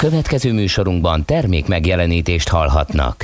Következő műsorunkban termék megjelenítést hallhatnak.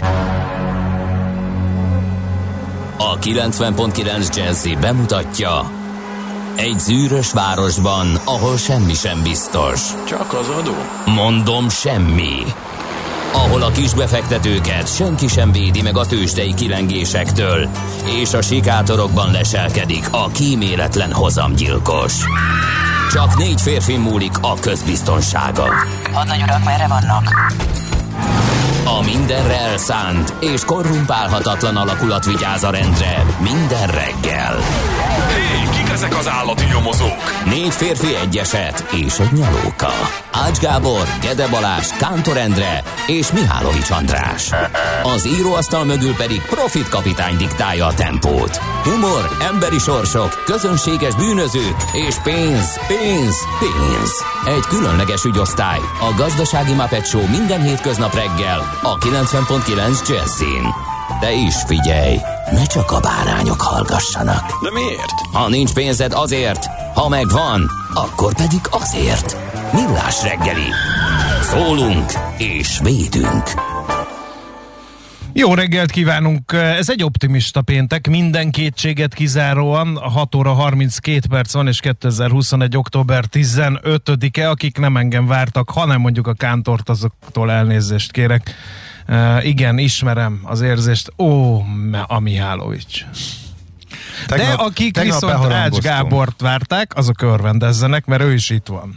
A 90.9 Jazzy bemutatja: egy zűrös városban, ahol semmi sem biztos. Csak az adó? Mondom, semmi. Ahol a kisbefektetőket senki sem védi meg a tőzsdei kilengésektől, és a sikátorokban leselkedik a kíméletlen hozamgyilkos. Csak 4 férfi múlik a közbiztonsága. Hadnagy urak, merre vannak? A mindenre elszánt és korrumpálhatatlan alakulat vigyáz a rendre minden reggel. Hé, kik ezek az állati nyomozók? 4 férfi, egy eset és egy nyalóka. Ács Gábor, Gede Balázs, Kántor Endre és Mihálovics András. Az íróasztal mögül pedig Profit kapitány diktálja a tempót. Humor, emberi sorsok, közönséges bűnözők és pénz, pénz, pénz. Egy különleges ügyosztály, a Gazdasági Muppet Show minden hétköznap reggel a 90.9 Jazzyn. De is figyelj, ne csak a bárányok hallgassanak. De miért? Ha nincs pénzed, azért, ha megvan, akkor pedig azért. Millás reggeli. Szólunk és védünk. Jó reggelt kívánunk! Ez egy optimista péntek, minden kétséget kizáróan. 6 óra 32 perc van, és 2021. október 15-e. Akik nem engem vártak, hanem mondjuk a Kántort, azoktól elnézést kérek. Igen, ismerem az érzést. A Mihálovics. De akik viszont Ács Gábort várták, azok örvendezzenek, mert ő is itt van.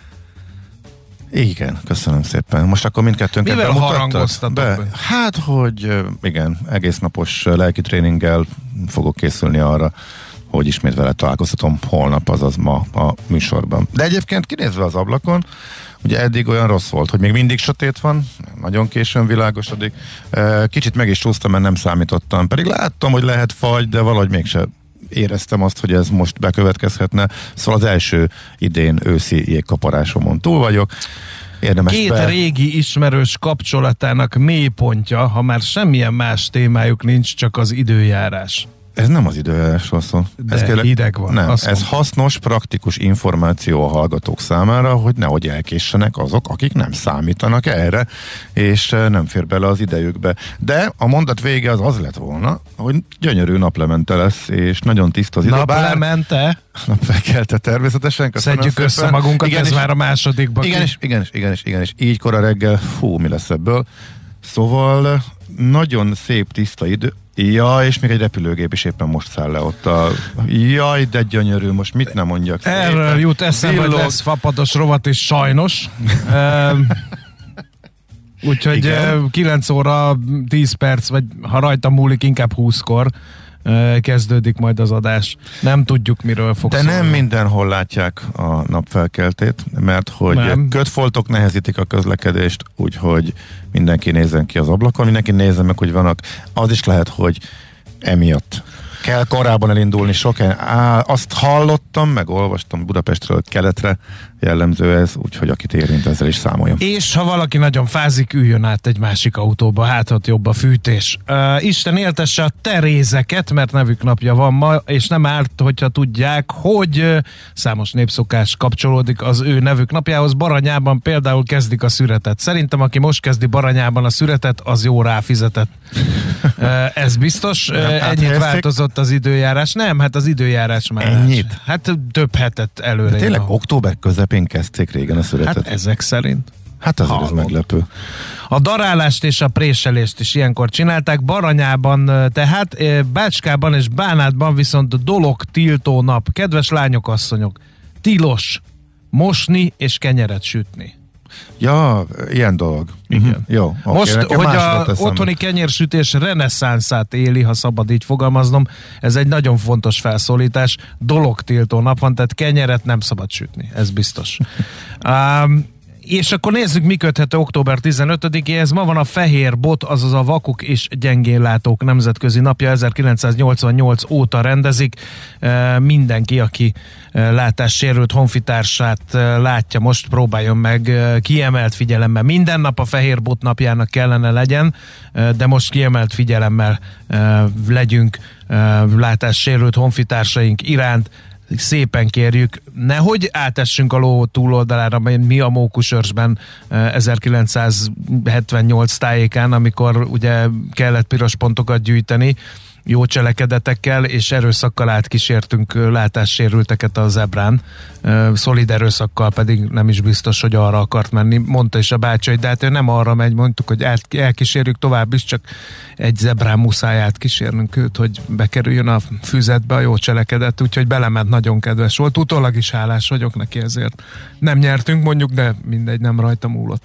Igen, köszönöm szépen. Most akkor mindkettőnket mivel harangoztatok be? Hát, hogy igen, egész napos lelki tréninggel fogok készülni arra, hogy ismét vele találkozhatom holnap, azaz ma a műsorban. De egyébként kinézve az ablakon, ugye eddig olyan rossz volt, hogy még mindig sötét van, nagyon későn világosodik. Kicsit meg is csúsztam, mert nem számítottam. Pedig láttam, hogy lehet fagy, de valahogy mégsem éreztem azt, hogy ez most bekövetkezhetne. Szóval az első idén őszi jégkaparásomon túl vagyok. Érdemes Két régi ismerős kapcsolatának mélypontja, ha már semmilyen más témájuk nincs, csak az időjárás. Ez nem az időjárásról szól. De hideg van. Nem, ez hasznos, praktikus információ a hallgatók számára, hogy nehogy elkéssenek azok, akik nem számítanak erre, és nem fér bele az idejükbe. De a mondat vége az lett volna, hogy gyönyörű naplemente lesz, és nagyon tiszta az idő. Naplemente? Napfelkelte természetesen. Szedjük össze magunkat, ez már a másodikban. Igenis. Így kora reggel, mi lesz ebből. Szóval nagyon szép, tiszta idő. Ja, és még egy repülőgép is éppen most száll le ott Jaj, de gyönyörű, most mit nem mondjak. Erről jut eszembe, hogy lesz fapados rovat is sajnos. Úgyhogy 9 óra 10 perc, vagy ha rajta múlik, inkább 20-kor kezdődik majd az adás. Nem tudjuk, miről fog szólni. De nem mindenhol látják a napfelkeltét, mert hogy kötfoltok nehezítik a közlekedést, úgyhogy mindenki nézzen ki az ablakon, mindenki nézzen meg, hogy vannak. Az is lehet, hogy emiatt kell korábban elindulni. Azt hallottam, meg olvastam, Budapestről keletre jellemző ez, úgyhogy akit érint, ezzel is számoljon. És ha valaki nagyon fázik, üljön át egy másik autóba, hát ott jobb a fűtés. Isten éltesse a Terézeket, mert nevük napja van ma, és nem árt, hogyha tudják, hogy számos népszokás kapcsolódik az ő nevük napjához. Baranyában például kezdik a szüretet. Szerintem, aki most kezdi Baranyában a szüretet, az jó ráfizetett. Ez biztos. Ennyit változott az időjárás. Nem, hát az időjárás már. Ennyit? Hát több hetet előre. De tényleg október közepén kezdték régen a szüretet. Hát ezek szerint. Hát azért ez meglepő. A darálást és a préselést is ilyenkor csinálták. Baranyában, tehát Bácskában és Bánátban viszont dologtiltó nap. Kedves lányok, asszonyok, tilos mosni és kenyeret sütni. Ja, ilyen dolog. Igen. Jó. Most, hogy a otthoni kenyérsütés reneszánszát éli, ha szabad így fogalmaznom, ez egy nagyon fontos felszólítás. Dologtiltó nap van, tehát kenyeret nem szabad sütni, ez biztos. És akkor nézzük, mi köthető október 15-éhez. Ma van a Fehér Bot, azaz a vakok és gyengénlátók nemzetközi napja, 1988 óta rendezik. Mindenki, aki látássérült honfitársát látja, most próbáljon meg kiemelt figyelemmel. Minden nap a Fehér Bot napjának kellene legyen, de most kiemelt figyelemmel legyünk látássérült honfitársaink iránt. szépen kérjük, nehogy átessünk a ló túloldalára, mi a Mókusörsben 1978 tájékán, amikor ugye kellett piros pontokat gyűjteni jó cselekedetekkel, és erőszakkal átkísértünk látássérülteket a zebrán. Szolid erőszakkal pedig nem is biztos, hogy arra akart menni. Mondta is a bácsi, hogy de hát ő nem arra megy, mondtuk, hogy elkísérjük tovább is, csak egy zebrán muszáj átkísérnünk őt, hogy bekerüljön a füzetbe a jó cselekedet, úgyhogy belement, nagyon kedves volt. Utólag is hálás vagyok neki ezért. Nem nyertünk mondjuk, de mindegy, nem rajta múlott.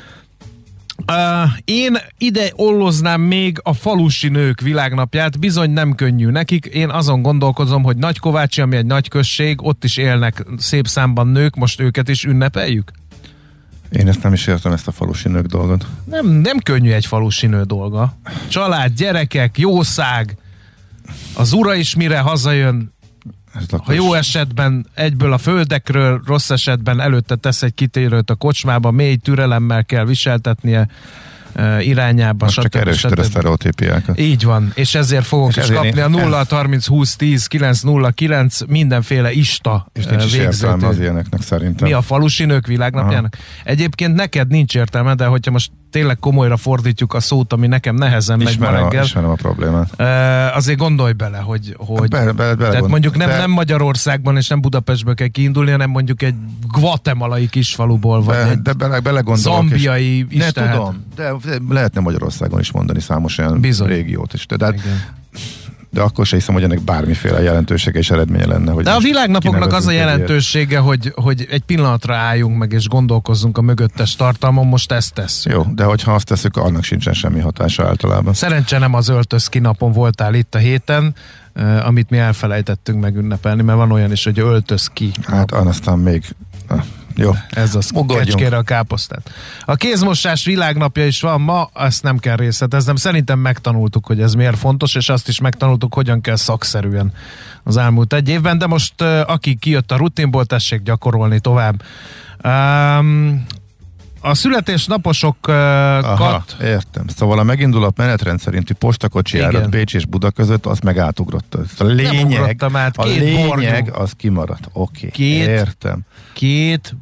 Én ide olloznám még a falusi nők világnapját, bizony nem könnyű nekik. Én azon gondolkozom, hogy Nagykovácsi, ami egy nagy község, ott is élnek szép számban nők, most őket is ünnepeljük? Én ezt nem is értem, ezt a falusi nők dolgot. Nem könnyű egy falusi nő dolga. Család, gyerekek, jószág, az ura is mire hazajön, ha jó esetben egyből a földekről, rossz esetben előtte tesz egy kitérőt a kocsmába, mély türelemmel kell viseltetnie irányába. Most csak erősíted a sztereotípiákat. Így van, és ezért fogok is kapni a 0-30-20-10-9-09 mindenféle ista és nincs is értelme az ilyeneknek szerintem. Mi a falusi nők világnapjának? Aha. Egyébként neked nincs értelme, de hogyha most tényleg komolyra fordítjuk a szót, ami nekem nehezen megy ma reggel. Ismerem a problémát. Azért gondolj bele, hogy tehát mondjuk nem Magyarországban és nem Budapestből kell kiindulni, hanem mondjuk egy guatemalai kisfaluból, vagy egy zambiai ne tudom, de lehetne Magyarországon is mondani számos olyan régiót is. De akkor se hiszem, hogy ennek bármiféle jelentősége és eredménye lenne. Hogy de a világnapoknak az a jelentősége, hogy egy pillanatra álljunk meg és gondolkozzunk a mögöttes tartalmon, most ezt tesz. Jó, de hogyha azt tesszük, annak sincsen semmi hatása általában. Szerencsére nem az öltözki napon voltál itt a héten, amit mi elfelejtettünk megünnepelni, mert van olyan is, hogy öltözki. Hát aztán még... Jó. Ez az kecskére a káposztát. A kézmosás világnapja is van ma, ezt nem kell részleteznem. Szerintem megtanultuk, hogy ez miért fontos, és azt is megtanultuk, hogyan kell szakszerűen az elmúlt egy évben, de most aki kijött a rutinból, tessék gyakorolni tovább. A születésnaposokat... Értem. Szóval a megindul a menetrend szerinti postakocsi járat Bécs és Buda között, azt meg átugrott. A lényeg, az kimaradt. Oké, értem. Két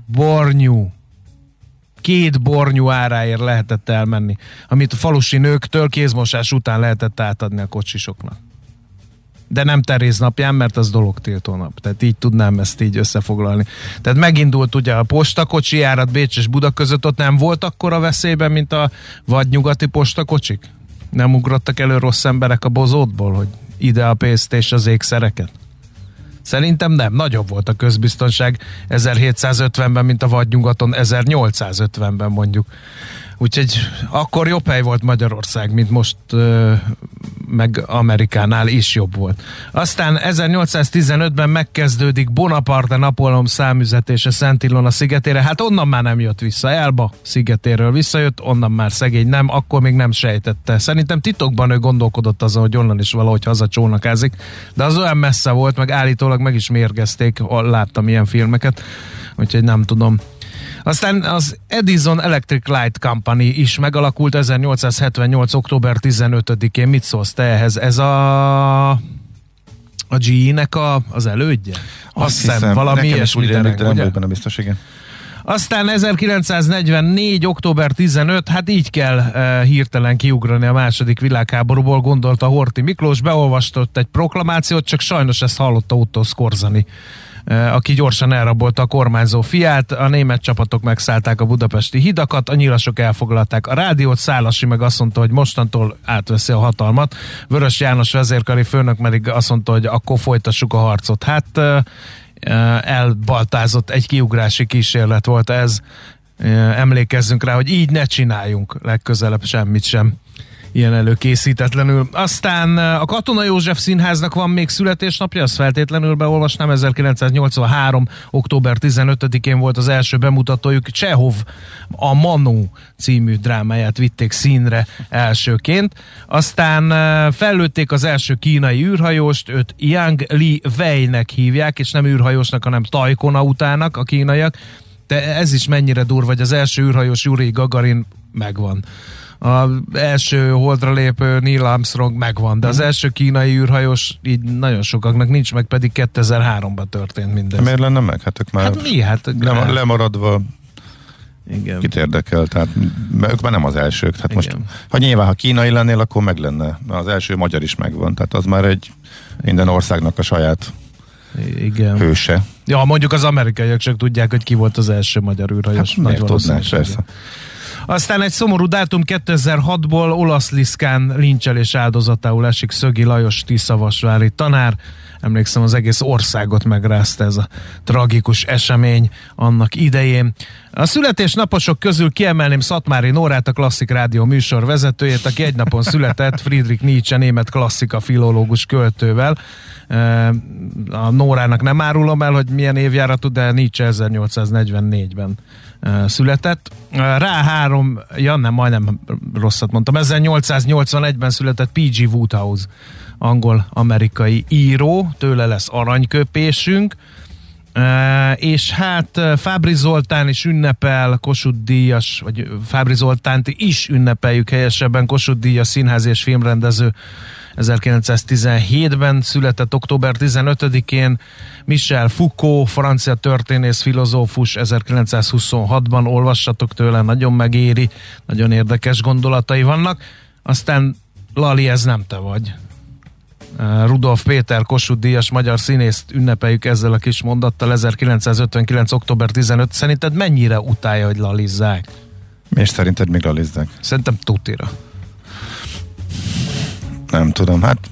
bornyú áráért lehetett elmenni, amit a falusi nőktől kézmosás után lehetett átadni a kocsisoknak. De nem Teréz napján, mert az dologtiltó nap. Tehát így tudnám ezt így összefoglalni. Tehát megindult ugye a postakocsi járat Bécs és Buda között, ott nem volt akkora veszélyben, mint a vadnyugati postakocsik? Nem ugrottak elő rossz emberek a bozótból, hogy ide a pénzt és az ékszereket? Szerintem nem. Nagyobb volt a közbiztonság 1750-ben, mint a vadnyugaton 1850-ben mondjuk. Úgyhogy akkor jobb hely volt Magyarország, mint most meg Amerikánál is jobb volt. Aztán 1815-ben megkezdődik Bonaparte Napóleon számüzetése Szent Ilona szigetére, hát onnan már nem jött vissza, Elba szigetéről visszajött, onnan már szegény nem, akkor még nem sejtette. Szerintem titokban ő gondolkodott azon, hogy onnan is valahogy hazacsónakázik, de az olyan messze volt, meg állítólag meg is mérgezték, láttam ilyen filmeket, úgyhogy nem tudom. Aztán az Edison Electric Light Company is megalakult 1878. október 15-én. Mit szólsz te ehhez? Ez a GE-nek az elődje? Azt hiszem, valami ilyesmi. Benne biztos, igen. Aztán 1944. október 15, hát így kell hirtelen kiugrani a második világháborúból, gondolta Horthy Miklós, beolvastott egy proklamációt, csak sajnos ezt hallotta Otto Skorzeny, aki gyorsan elrabolta a kormányzó fiát, a német csapatok megszállták a budapesti hidakat, a nyilasok elfoglalták a rádiót, Szálasi meg azt mondta, hogy mostantól átveszi a hatalmat, Vörös János vezérkari főnök pedig azt mondta, hogy akkor folytassuk a harcot. Hát elbaltázott, egy kiugrási kísérlet volt ez, emlékezzünk rá, hogy így ne csináljunk legközelebb semmit sem ilyen előkészítetlenül. Aztán a Katona József Színháznak van még születésnapja, azt feltétlenül beolvasnám, 1983. október 15-én volt az első bemutatójuk, Csehov a Manu című drámáját vitték színre elsőként. Aztán fellőtték az első kínai űrhajóst, őt Yang Li Wei-nek hívják, és nem űrhajósnak, hanem tajkonautának a kínaiak. De ez is mennyire durva, hogy az első űrhajós Juri Gagarin megvan. Az első holdra lépő Neil Armstrong megvan, de az első kínai űrhajós így nagyon sokaknak nincs meg, pedig 2003-ban történt mindez. Miért lenne meg? Hát ők már lemaradva igen. Kit érdekel, tehát ők már nem az elsők. Tehát most, ha nyilván, ha kínai lennél, akkor meg lenne. Az első magyar is megvan, tehát az már egy minden országnak a saját hőse. Ja, mondjuk az amerikaiak csak tudják, hogy ki volt az első magyar űrhajós. Hát miért tudnák, persze. Aztán egy szomorú dátum 2006-ból olasz liszkán lincselés áldozatául esik Szögi Lajos tiszavasvári tanár. Emlékszem, az egész országot megrázta ez a tragikus esemény annak idején. A születésnaposok közül kiemelném Szatmári Nórát, a Klasszik Rádió műsor vezetőjét, aki egy napon született Friedrich Nietzsche német klasszika filológus költővel. A Nórának nem árulom el, hogy milyen évjáratú, de Nietzsche 1844-ben született. Majdnem rosszat mondtam, 1881-ben született P.G. Wodehouse, angol-amerikai író, tőle lesz aranyköpésünk, és hát Fábry Zoltán is ünnepel, Kossuth Díjas, vagy Fábry Zoltánt is ünnepeljük helyesebben, Kossuth Díjas színház és filmrendező 1917-ben született, október 15-én, Michel Foucault, francia történész, filozófus 1926-ban, olvassatok tőle, nagyon megéri, nagyon érdekes gondolatai vannak. Aztán Lali, ez nem te vagy. Rudolf Péter, Kossuth Díjas magyar színészt ünnepeljük ezzel a kis mondattal, 1959. október 15. Szerinted mennyire utálja, hogy lalizzák? És szerinted még lalizzák? Szerintem tutira. Nem tudom, hát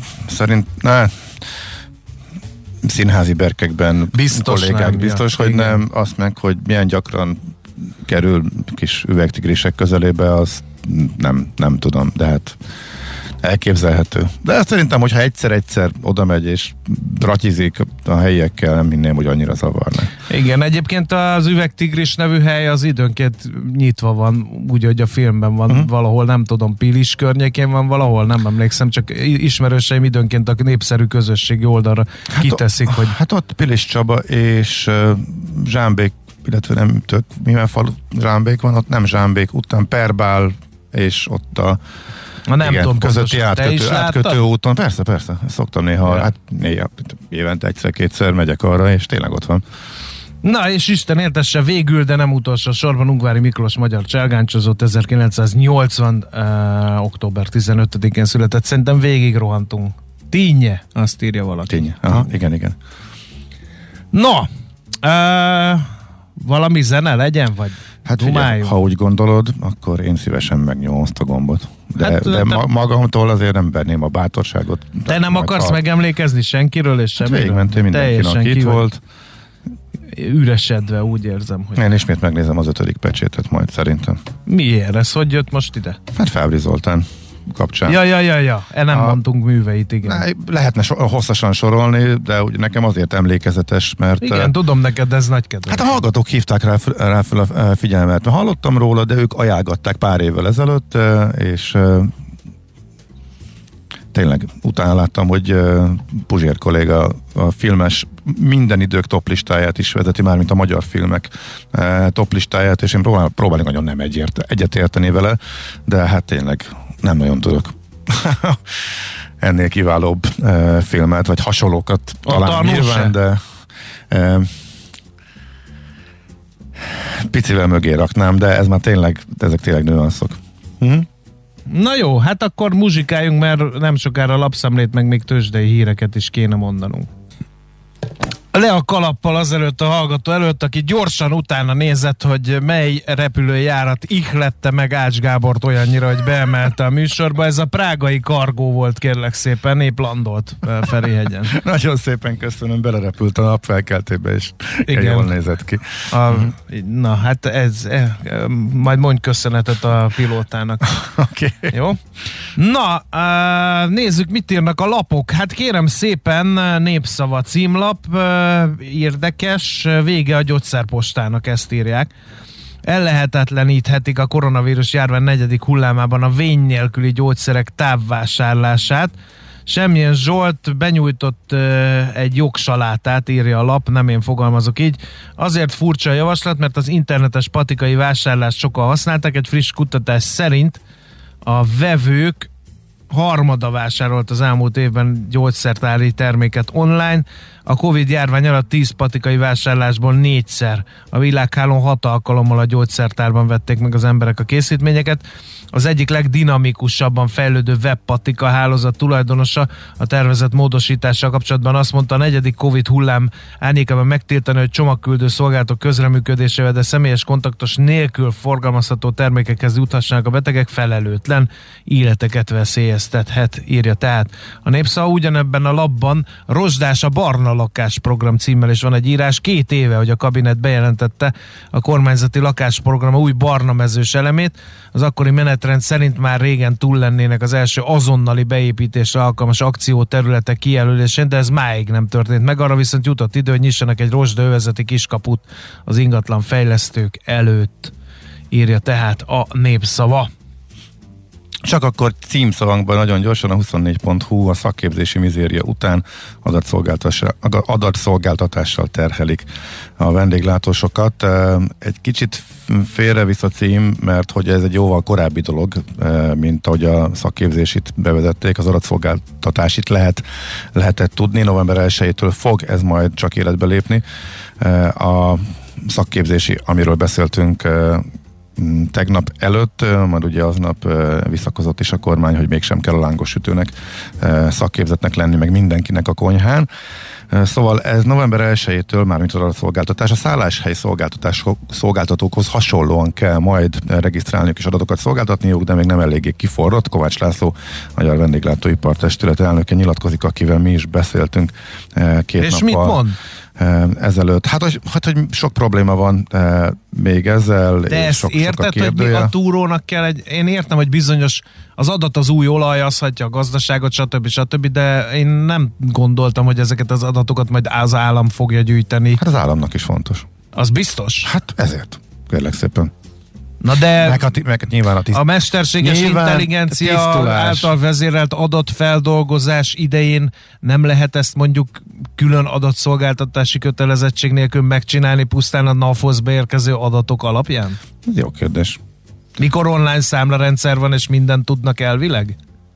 színházi berkekben biztos kollégák nem, biztos, hogy igen. Nem, azt meg, hogy milyen gyakran kerül kis üvegtigrisek közelébe, az nem tudom, de hát elképzelhető. De azt szerintem, hogyha egyszer oda megy és ratyizik a helyiekkel, nem hinném, hogy annyira zavarna. Igen, egyébként az Üvegtigris nevű hely az időnként nyitva van, úgy, hogy a filmben van valahol, nem tudom, Pilis környékén van valahol, nem emlékszem, csak ismerőseim időnként a népszerű közösségi oldalra kiteszik, hogy... Hát ott Pilis Csaba és Zsámbék, illetve nem tök, milyen falu Zsámbék van, ott nem Zsámbék, után Perbál, és ott a nem tudom, közötti átkötő úton. Persze, szoktam néha, hát évente egyszer-kétszer megyek arra, és tényleg ott van. Na, és Isten értesse végül, de nem utolsó sorban Ungvári Miklós magyar cselgáncsozott 1980. Október 15-én született. Szerintem végig rohantunk. Tínje, azt írja valaki. Tínje, igen. No, valami zene legyen, vagy hát figyelj, ha úgy gondolod, akkor én szívesen megnyomom azt a gombot. De magamtól azért nem venném a bátorságot. Te nem akarsz megemlékezni senkiről és semmiről? Végigmentem mindenkinek itt volt. Üresedve, úgy érzem, hogy... Én ismét megnézem az 5. pecsétet majd szerintem. Miért? Ez hogy jött most ide? Hát Fábry Zoltán kapcsán. Ja. Nem mondtunk műveit, igen. Lehetne hosszasan sorolni, de nekem azért emlékezetes, mert... Igen, tudom neked, ez nagy kedvenc. Hát a hallgatók hívták rá fel a figyelmet. Hallottam róla, de ők ajánlgatták pár évvel ezelőtt, és tényleg utána láttam, hogy Puzsér kolléga a filmes minden idők toplistáját is vezeti, már mint a magyar filmek toplistáját, és én próbálok nagyon nem egyet érteni vele, de hát tényleg nem nagyon tudok ennél kiválóbb filmet, vagy hasonlókat talán nyilván, de picivel mögé raknám, de ezek tényleg nüanszok. Na jó, hát akkor muzsikáljunk, mert nem sokára lapszemlét, meg még tőzsdei híreket is kéne mondanunk. Le a kalappal azelőtt a hallgató előtt, aki gyorsan utána nézett, hogy mely repülőjárat ihlette meg Ács Gábort olyannyira, hogy beemelte a műsorba. Ez a prágai kargó volt, kérlek szépen, épp landolt Ferihegyen. Nagyon szépen köszönöm, belerepült a napfelkeltébe, és jól nézett ki. Na, hát majd mondj köszönetet a pilótának. Okay. Jó? Na, nézzük, mit írnak a lapok. Hát kérem szépen, Népszava címlap, érdekes, vége a gyógyszerpostának, ezt írják. Ellehetetleníthetik a koronavírus járvány 4. hullámában a vény nélküli gyógyszerek távvásárlását. Semmilyen Zsolt benyújtott egy jogsalátát, írja a lap, nem én fogalmazok így. Azért furcsa a javaslat, mert az internetes patikai vásárlást sokan használták. Egy friss kutatás szerint a vevők harmada vásárolt az elmúlt évben gyógyszertári terméket online. A Covid-járvány alatt 10 patikai vásárlásból 4-szer a világhálón 6 alkalommal a gyógyszertárban vették meg az emberek a készítményeket. Az egyik legdinamikusabban fejlődő webpatika hálózat tulajdonosa a tervezett módosítással kapcsolatban azt mondta, a 4. Covid hullám árnyékában megtiltani, hogy csomagküldő szolgálatok közreműködésével, de személyes kontaktus nélkül forgalmazható termékekhez juthassanak a betegek, felelőtlen, életeket veszélyeztethet, írja tehát a Népszava. Ugyanebben a labban Rozsdás a barna lakásprogram címmel is van egy írás. 2 éve, hogy a kabinet bejelentette a kormányzati lakásprogram új barna mezős elemét. Az akkori menetrend szerint már régen túl lennének az első azonnali beépítésre alkalmas akcióterületek kijelölésén, de ez máig nem történt meg. Arra viszont jutott idő, hogy nyissanak egy rozsdaövezeti kiskaput az ingatlan fejlesztők előtt, írja tehát a Népszava. Csak akkor címszavankban nagyon gyorsan a 24.hu a szakképzési mizéria után adatszolgáltatással terhelik a vendéglátósokat. Egy kicsit félrevisz a cím, mert hogy ez egy jóval korábbi dolog, mint ahogy a szakképzésit bevezették, az adatszolgáltatásit lehetett tudni. November 1-től fog ez majd csak életbe lépni. A szakképzési, amiről beszéltünk tegnap előtt, majd ugye aznap visszakozott is a kormány, hogy mégsem kell a lángos sütőnek szakképzetnek lenni, meg mindenkinek a konyhán. Szóval ez november 1-től, mármint az adatszolgáltatás, a szálláshely szolgáltatókhoz hasonlóan kell majd regisztrálniuk és adatokat szolgáltatniuk, de még nem eléggé kiforrott. Kovács László, Magyar Vendéglátóipar Testület elnöke nyilatkozik, akivel mi is beszéltünk 2 és nappal. mit mond? Ezelőtt. Hát, hogy sok probléma van még ezzel. De ezt érted, hogy mi a túrónak kell én értem, hogy bizonyos az adat az új olaj, azhatja a gazdaságot, stb. De én nem gondoltam, hogy ezeket az adatokat majd az állam fogja gyűjteni. Hát az államnak is fontos. Az biztos? Hát ezért. Kérlek szépen. Na de meg nyilván a mesterséges intelligencia által vezérelt adatfeldolgozás idején nem lehet ezt mondjuk külön adatszolgáltatási kötelezettség nélkül megcsinálni pusztán a NAV-hoz beérkező adatok alapján? Jó kérdés. Mikor online számlarendszer van és mindent tudnak elvileg?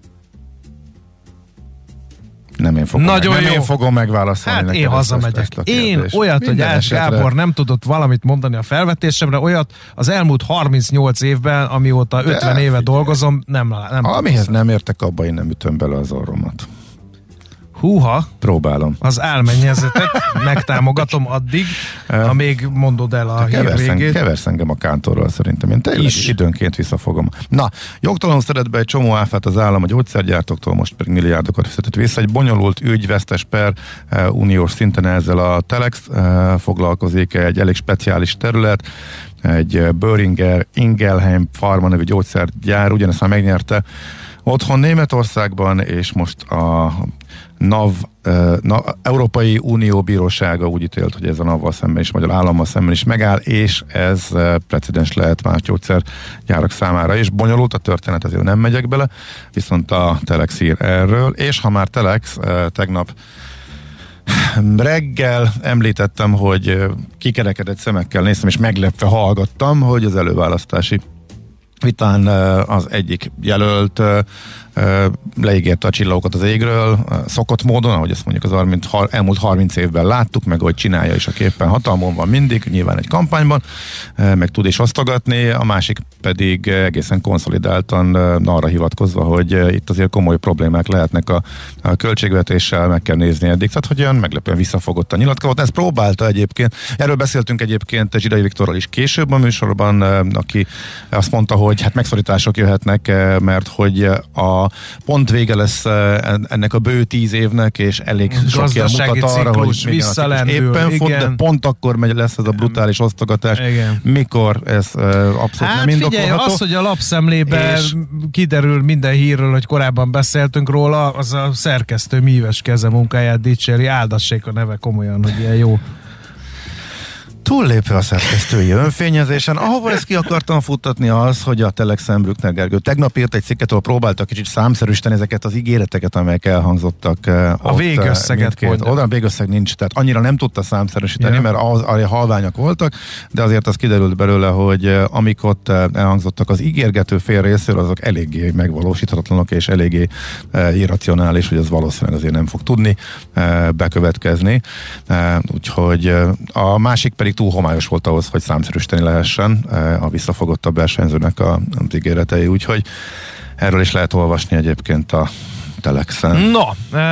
Nem én fogom megválaszolni. Hát én hazamegyek. Én olyat, hogy Ács Gábor nem tudott valamit mondani a felvetésemre, olyat az elmúlt 38 évben, amióta 50 éve dolgozom, nem amihez nem értek, abba én nem ütöm bele az orromat. Húha! Próbálom. Az álmennyezetet megtámogatom addig, amíg mondod el a hír végét. Keversz engem a kántorral szerintem. Én tényleg időnként visszafogom. Na, jogtalanul szedett be egy csomó áfát az állam a gyógyszergyártóktól, most pedig milliárdokat fizetett vissza. Egy bonyolult ügy, vesztes per, uniós szinten ezzel a Telex foglalkozik, egy elég speciális terület, egy Boehringer Ingelheim Pharma nevű gyógyszergyár, ugyanezt már megnyerte otthon Németországban, és most a Európai Unió bírósága úgy ítélt, hogy ez a NAV-val szemben is, magyar állammal szemben is megáll, és ez precedens lehet más gyógyszergyárak számára is. Bonyolult a történet, ezért nem megyek bele, viszont a Telex ír erről, és ha már Telex, tegnap reggel említettem, hogy kikerekedett szemekkel néztem, és meglepve hallgattam, hogy az előválasztási vitán az egyik jelölt leígérte a csillagokat az égről, szokott módon, ahogy ezt mondjuk az elmúlt 30 évben láttuk, meg hogy csinálja is, aki éppen hatalmon van mindig, nyilván egy kampányban, meg tud is osztogatni, a másik pedig egészen konszolidáltan arra hivatkozva, hogy itt azért komoly problémák lehetnek a költségvetéssel, meg kell nézni eddig, tehát hogy olyan meglepően visszafogott a nyilatkozat. Ezt próbálta egyébként, erről beszéltünk egyébként Zsidai Viktorral is később a műsorban, aki azt mondta, hogy hát megszorítások jöhetnek, mert hogy a pont vége lesz ennek a bő 10 évnek, és elég sok jel mutat arra, hogy éppen fog, de pont akkor lesz ez a brutális osztogatás, mikor ez abszolút nem indokolható. Figyelj, az, hogy a lapszemlében kiderül minden hírről, hogy korábban beszéltünk róla, az a szerkesztő míves keze munkáját dicséri, áldassék a neve komolyan, hogy ilyen jó. Túllépve a szerkesztői önfényezésen, ahova ezt ki akartam futtatni az, hogy a Telexen Brückner Gergő tegnap írt egy cikket, ahol próbáltak kicsit számszerűsíteni ezeket az ígéreteket, amelyek elhangzottak. A végösszeget mondja. Oda a végösszeg nincs, tehát annyira nem tudta számszerűsíteni, mert halványak voltak, de azért az kiderült belőle, hogy amik ott elhangzottak az ígérgető fél részéről, azok eléggé megvalósíthatatlanok és eléggé irracionális, hogy az valószínűleg azért nem fog tudni bekövetkezni. Úgyhogy a másik pedig túl homályos volt ahhoz, hogy számszerűsíteni lehessen a visszafogottabb versenyzőnek az ígéretei, úgyhogy erről is lehet olvasni egyébként a Telexen. No,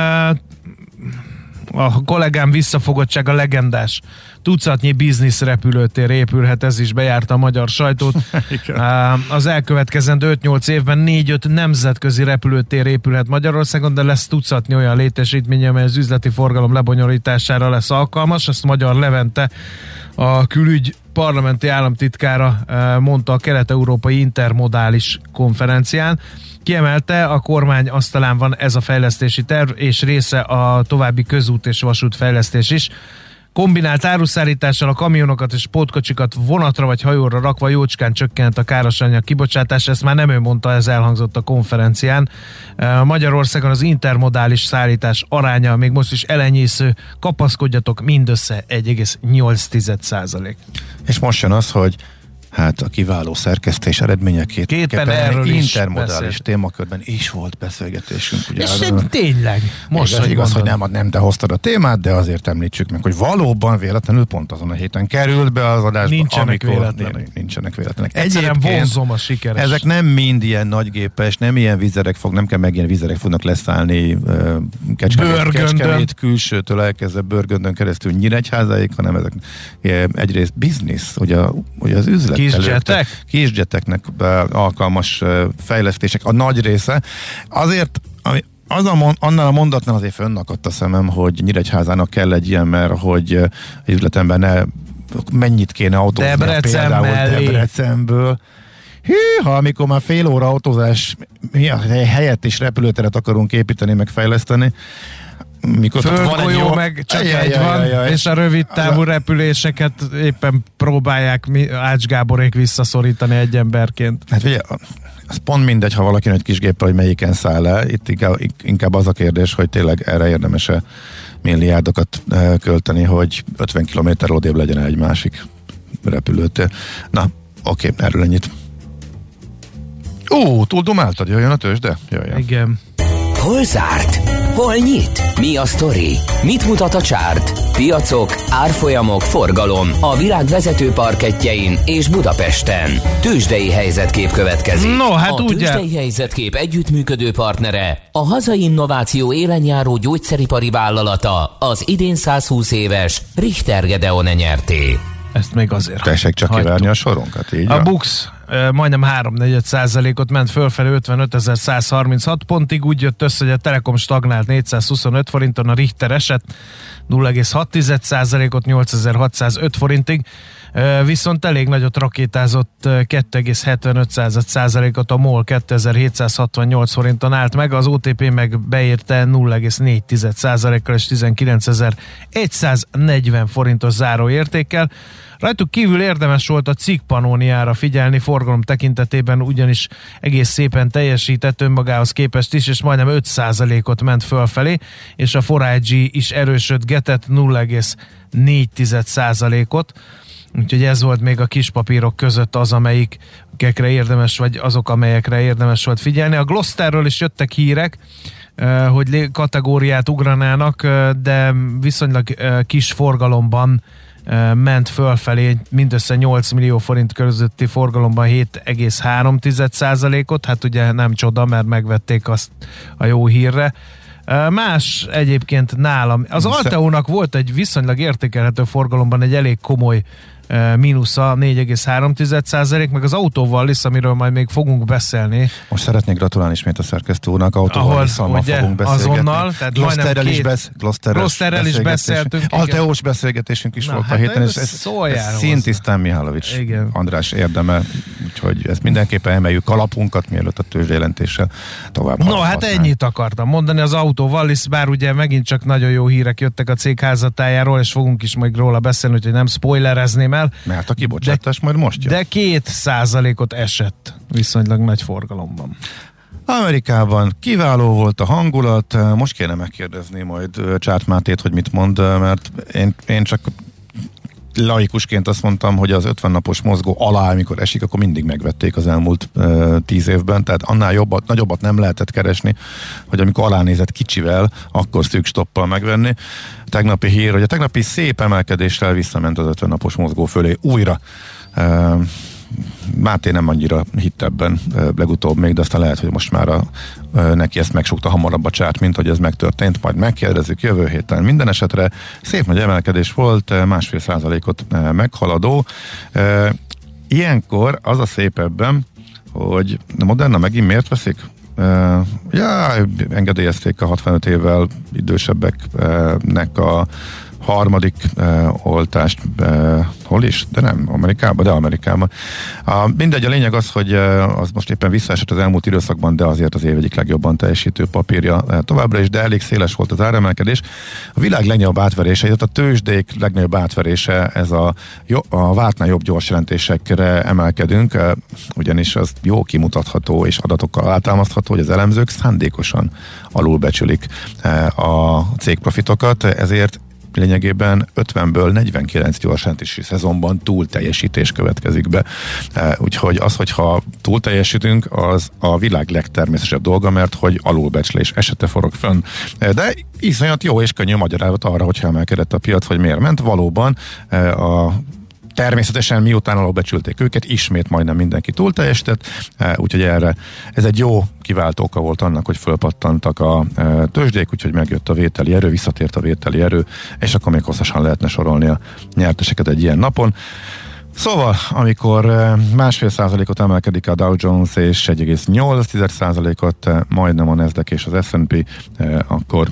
a kollégám visszafogottsága legendás. Tucatnyi biznisz repülőtér épülhet, ez is bejárta a magyar sajtót. Az elkövetkezendő 5-8 évben 4-5 nemzetközi repülőtér épülhet Magyarországon, de lesz tucatnyi olyan létesítmény, amely az üzleti forgalom lebonyolítására lesz alkalmas. Ezt Magyar Levente, a külügy parlamenti államtitkára mondta a kelet-európai intermodális konferencián. Kiemelte, a kormány asztalán van ez a fejlesztési terv, és része a további közút és vasút fejlesztés is. Kombinált áruszállítással a kamionokat és pótkocsikat vonatra vagy hajóra rakva jócskán csökkent a károsanyag kibocsátás, ezt már nem ő mondta, ez elhangzott a konferencián. Magyarországon az intermodális szállítás aránya még most is elenyésző, kapaszkodjatok, mindössze 1,8%. És most jön az, hogy hát a kiváló szerkesztés eredményeképpen intermodális témakörben is volt beszélgetésünk. Ugye és tényleg. Most az igaz, hogy nem te hoztad a témát, de azért említsük meg, hogy valóban véletlenül pont azon a héten került be az adásba, nincsenek véletlenek. Egyébként vonzom a sikeres. Ezek nem mind ilyen nagygépes, nem ilyen vizerek nem kell meg ilyen vizerek fognak leszállni Kecskemét külsőtől elkezdve Bőrgöndön keresztül Nyíregyházáig, hanem ezek egyrészt biznisz, ugye az üzlet. Kisjeteknek alkalmas fejlesztések a nagy része. Azért annál a mondatnál azért fönnakadt a szemem, hogy Nyíregyházának kell egy ilyen, mert hogy üzletemben mennyit kéne autózni például Debrecenből. Hűha, amikor már fél óra autózás helyett is repülőteret akarunk építeni, meg fejleszteni, Földgolyó meg csak egy van, és a rövid távú repüléseket éppen próbálják Ács Gáborék visszaszorítani egy emberként. Hát ugye, az pont mindegy, ha valaki egy kis géppel, hogy melyiken száll el. Itt inkább az a kérdés, hogy tényleg erre érdemes-e milliárdokat költeni, hogy 50 kilométer odébb legyen egy másik repülőtér. Na, oké, erről ennyit. Túl dumáltad, jöjjön a tőzsde? Jöjjön. Igen. Hol zárt? Hol nyit? Mi a sztori? Mit mutat a csárt? Piacok, árfolyamok, forgalom a világ vezető parkettjein és Budapesten. Tőzsdei helyzetkép következik. No, hát a Tőzsdei helyzetkép együttműködő partnere, a hazai innováció élen járó gyógyszeripari vállalata, az idén 120 éves Richter Gedeon nyerté. Ezt még azért tessék csak kivárni a sorunkat, így a BUX majdnem 3,4%-ot ment fölfelé 55.136 pontig, úgy jött össze, hogy a Telekom stagnált 425 forinton, a Richter esett 0,6%-ot 8605 forintig, viszont elég nagyot rakétázott 2,75%-ot a MOL 2768 forinton állt meg, az OTP meg beérte 0,4%-kal és 19.140 forintos záróértékkel. Rajtuk kívül érdemes volt a cikk Pannoniára figyelni forgalom tekintetében, ugyanis egész szépen teljesített önmagához képest is, és majdnem 5%-ot ment fölfelé, és a 4IG is erősödgetett 0,4%-ot. Úgyhogy ez volt még a kis papírok között az, amelyikre érdemes, vagy azok, amelyekre érdemes volt figyelni. A Glosterről is jöttek hírek, hogy kategóriát ugranának, de viszonylag kis forgalomban ment fölfelé, mindössze 8 millió forint közötti forgalomban 7,3%-ot, hát ugye nem csoda, mert megvették azt a jó hírre. Más egyébként nálam, az Alteónak volt egy viszonylag értékelhető forgalomban egy elég komoly mínusza, 4,3%, meg az Autóval Lisz, amiről majd még fogunk beszélni. Most szeretnék gratulálni ismét a szerkesztő úrnak, Autóval Lisszammal fogunk beszélgetni. Azonnal, tehát Glosterrel is beszéltünk. Alteós beszélgetésünk is volt a héten, és ez szintisztán Mihálovics András érdeme, úgyhogy ezt mindenképpen emeljük alapunkat, mielőtt a tőzsdejelentéssel tovább. No, hát ennyit akartam mondani az autóval, is bár ugye megint csak nagyon jó hírek jöttek a cég házatájáról, és fogunk is majd róla beszélni, úgyhogy nem spoilerezném el. Mert a kibocsátás majd most jön. De 2%-ot esett viszonylag nagy forgalomban. Amerikában kiváló volt a hangulat, most kéne megkérdezni majd Csárt Mátét, hogy mit mond, mert én csak laikusként azt mondtam, hogy az 50 napos mozgó alá, amikor esik, akkor mindig megvették az elmúlt 10 évben, tehát annál nagyobbat nem lehetett keresni, hogy amikor alánézett kicsivel, akkor szűk stoppal megvenni. Tegnapi hír, hogy a tegnapi szép emelkedéssel visszament az 50 napos mozgó fölé újra. Máté nem annyira hitt ebben legutóbb még, de aztán lehet, hogy most már neki ezt megsúgta hamarabb a csárt, mint hogy ez megtörtént, majd megkérdezzük jövő héten. Minden esetre szép nagy emelkedés volt, 1,5%-ot meghaladó. Ilyenkor az a szép ebben, hogy a Moderna megint miért veszik? Engedélyezték a 65 évvel idősebbeknek a harmadik oltást, hol is? De nem Amerikában, de Amerikában. Mindegy, a lényeg az, hogy az most éppen visszaesett az elmúlt időszakban, de azért az év egyik legjobban teljesítő papírja továbbra is, de elég széles volt az áremelkedés. A világ legnagyobb átverése, illetve a tőzsdék legnagyobb átverése, ez a vártnál jobb gyors jelentésekre emelkedünk, ugyanis az jó kimutatható és adatokkal alátámasztható, hogy az elemzők szándékosan alulbecsülik a cégprofitokat, ezért lényegében 50-ből 49 gyorsjelentési szezonban túlteljesítés következik be. Úgyhogy az, hogyha túlteljesítünk, az a világ legtermészetesebb dolga, mert hogy alulbecslés esete forog fönn. De iszonyat jó és könnyű magyarázat arra, hogyha emelkedett a piac, hogy miért ment. Valóban természetesen miután alulbecsülték őket, ismét majdnem mindenki túlteljesített, úgyhogy erre ez egy jó kiváltó oka volt annak, hogy fölpattantak a tőzsdék, úgyhogy megjött a vételi erő, visszatért a vételi erő, és akkor még hosszasan lehetne sorolni a nyerteseket egy ilyen napon. Szóval, amikor 1,5%-ot emelkedik a Dow Jones és 1,8%-ot majdnem a Nasdaq és az S&P, akkor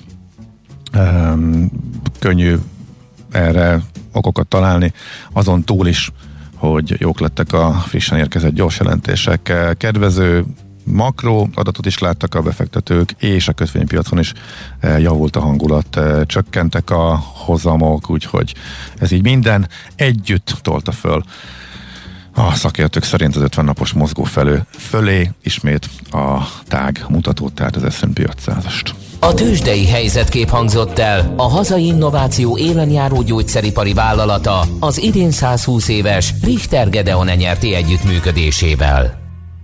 könnyű erre okokat találni, azon túl is, hogy jók lettek a frissen érkezett gyors jelentések. Kedvező makro adatot is láttak a befektetők, és a kötvénypiacon is javult a hangulat, csökkentek a hozamok, úgyhogy ez így minden együtt tolta föl a szakértők szerint az 50 napos mozgó fölé ismét a tág mutató, tehát az S&P 500-ast. A tőzsdei helyzetkép hangzott el a hazai innováció élenjáró gyógyszeripari vállalata az idén 120 éves Richter Gedeon nyerti együttműködésével.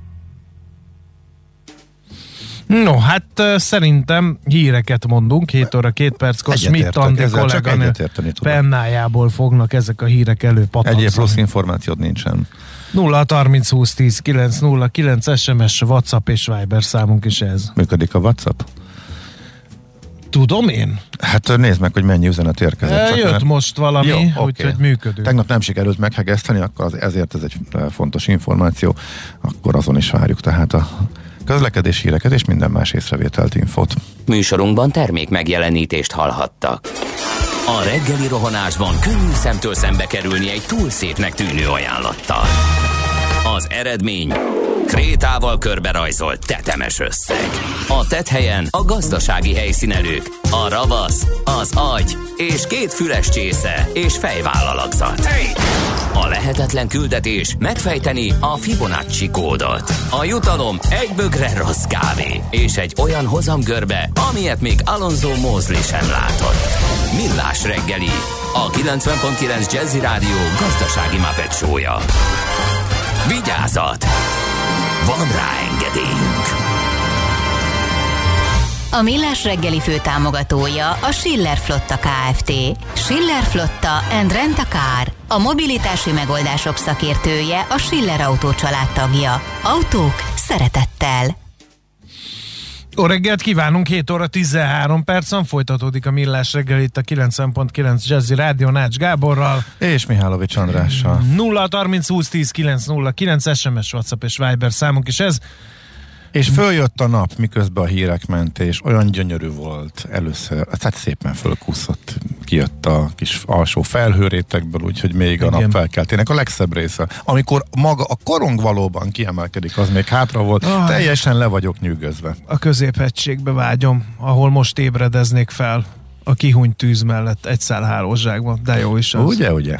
No, hát szerintem híreket mondunk, 7 óra 2 perckor Schmidt Andi kolléganő pennájából fognak ezek a hírek előpattancani. Egyéb rossz információd nincsen. 0-30 20 10 909 SMS, WhatsApp és Viber számunk is ez. Működik a WhatsApp? Tudom én? Hát nézd meg, hogy mennyi üzenet érkezett. Jött most valami, jó, úgyhogy működünk. Tegnap nem sikerült meghegeszteni, akkor ezért ez egy fontos információ. Akkor azon is várjuk tehát a közlekedés híreket és minden más észrevételt, infót. Műsorunkban termék megjelenítést hallhattak. A reggeli rohanásban könnyű szemtől szembe kerülni egy túl szépnek tűnő ajánlattal. Az eredmény krétával körberajzolt tetemes összeg. A tetthelyen a gazdasági helyszínelők, a ravasz, az agy és 2 füles csésze és fejvállalakzat. A lehetetlen küldetés megfejteni a Fibonacci kódot. A jutalom egy bögre rossz kávé és egy olyan hozamgörbe, amilyet még Alonso Mosley sem látott. Millás reggeli, a 90.9 Jazzy Rádió gazdasági Muppet show-ja. Vigyázat! Van rá engedélyünk! A Millás reggeli főtámogatója a Schiller Flotta Kft. Schiller Flotta and Rent a Car. A mobilitási megoldások szakértője, a Schiller Autó családtagja. Autók szeretettel. Jó reggelt kívánunk, 7 óra 13 percen folytatódik a Millás reggel itt a 90.9 Jazzy Rádió Nács Gáborral. És Mihálovics Andrással. 0-30 20 10 909 SMS, WhatsApp és Viber számunk is ez. És följött a nap, miközben a hírek ment, és olyan gyönyörű volt először, tehát szépen fölkúszott, kijött a kis alsó felhőrétekből, úgyhogy még a nap felkeltének a legszebb része. Amikor maga a korong valóban kiemelkedik, az még hátra volt, teljesen le vagyok nyűgözve. A középhegységbe vágyom, ahol most ébredeznék fel a kihunyt tűz mellett egy szál hálózsákban, de jó is az. Ugye?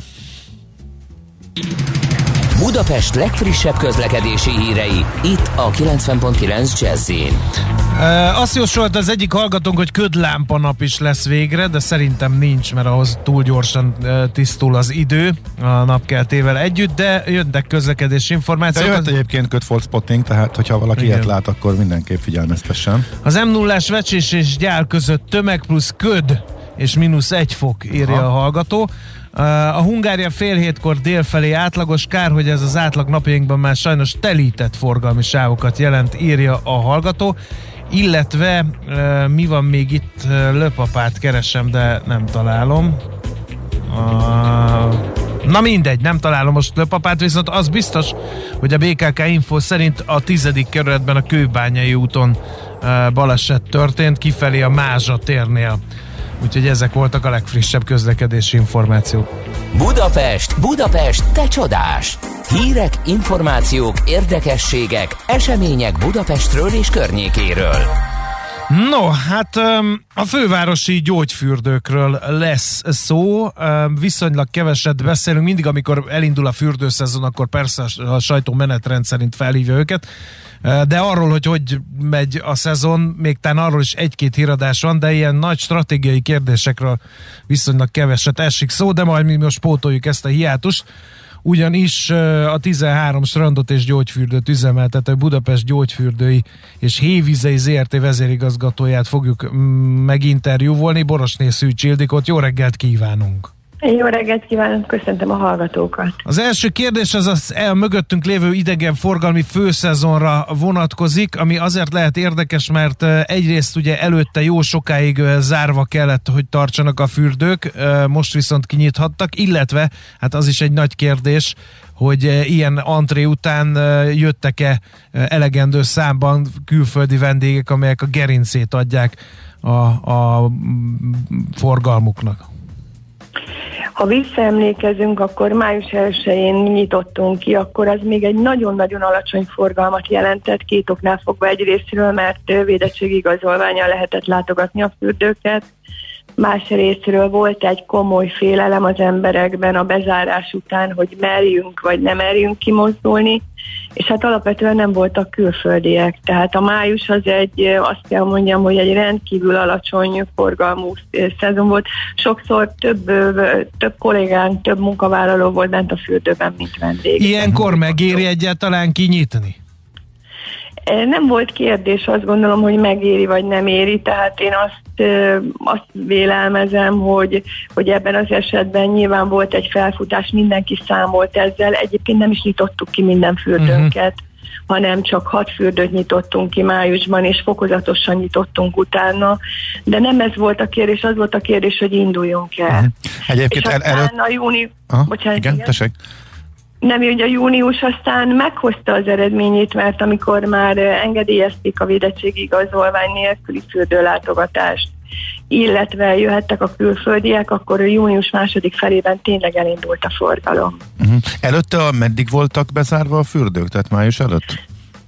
Budapest legfrissebb közlekedési hírei, itt a 90.9 Jazz-in. Azt jósolt az egyik hallgatónk, hogy ködlámpa nap is lesz végre, de szerintem nincs, mert ahhoz túl gyorsan tisztul az idő a napkeltével együtt, de jönnek közlekedési információk. De jött egyébként kötfolt spotting, tehát hogyha valaki ilyet lát, akkor mindenképp figyelmeztessen. Az M0-ás Vecsés és Gyál között tömeg plusz köd és -1 fok, írja a hallgató. A Hungária fél hétkor délfelé átlagos, kár, hogy ez az átlag napjainkban már sajnos telített forgalmi sávokat jelent, írja a hallgató. Illetve mi van még itt, Löpapát keresem, de nem találom. Na mindegy, nem találom most Löpapát, viszont az biztos, hogy a BKK Info szerint a 10. kerületben a Kőbányai úton baleset történt, kifelé a Mázsa térnél. Úgyhogy ezek voltak a legfrissebb közlekedési információk. Budapest, te csodás! Hírek, információk, érdekességek, események Budapestről és környékéről. No, hát a fővárosi gyógyfürdőkről lesz szó, viszonylag keveset beszélünk, mindig amikor elindul a fürdőszezon, akkor persze a sajtó menetrend szerint felhívja őket, de arról, hogy megy a szezon, még talán arról is egy-két híradás van, de ilyen nagy stratégiai kérdésekről viszonylag keveset esik szó, de majd mi most pótoljuk ezt a hiátust, ugyanis a 13 strandot és gyógyfürdőt üzemeltető Budapest Gyógyfürdői és Hévizei ZRT vezérigazgatóját fogjuk meginterjúvolni, Borosné Szűcs Ildikót. Jó reggelt kívánunk! Jó reggelt kívánok, köszöntöm a hallgatókat. Az első kérdés az mögöttünk lévő idegenforgalmi főszezonra vonatkozik, ami azért lehet érdekes, mert egyrészt ugye előtte jó sokáig zárva kellett, hogy tartsanak a fürdők, most viszont kinyithattak, illetve hát az is egy nagy kérdés, hogy ilyen antré után jöttek-e elegendő számban külföldi vendégek, amelyek a gerincét adják a forgalmuknak. Ha visszaemlékezünk, akkor május 1-én nyitottunk ki, akkor az még egy nagyon-nagyon alacsony forgalmat jelentett, két oknál fogva egyrésztről, mert védettségigazolvánnyal lehetett látogatni a fürdőket, más részről volt egy komoly félelem az emberekben a bezárás után, hogy merjünk vagy nem merjünk kimozdulni, és hát alapvetően nem voltak külföldiek. Tehát a május az azt kell mondjam, hogy egy rendkívül alacsony forgalmú szezon volt. Sokszor több kollégánk, több munkavállaló volt bent a fürdőben, mint vendég. Ilyenkor megéri egyáltalán kinyitni? Nem volt kérdés, azt gondolom, hogy megéri vagy nem éri, tehát én azt vélelmezem, hogy ebben az esetben nyilván volt egy felfutás, mindenki számolt ezzel, egyébként nem is nyitottuk ki minden fürdőnket, hanem csak 6 fürdőt nyitottunk ki májusban, és fokozatosan nyitottunk utána, de nem ez volt a kérdés, az volt a kérdés, hogy induljunk el. Egyébként és aztán a június... Igen, tessék. Nem, ugye a június aztán meghozta az eredményét, mert amikor már engedélyezték a védettségigazolvány nélküli fürdőlátogatást, illetve jöhettek a külföldiek, akkor a június második felében tényleg elindult a forgalom. Előtte meddig voltak bezárva a fürdők, tehát május előtt?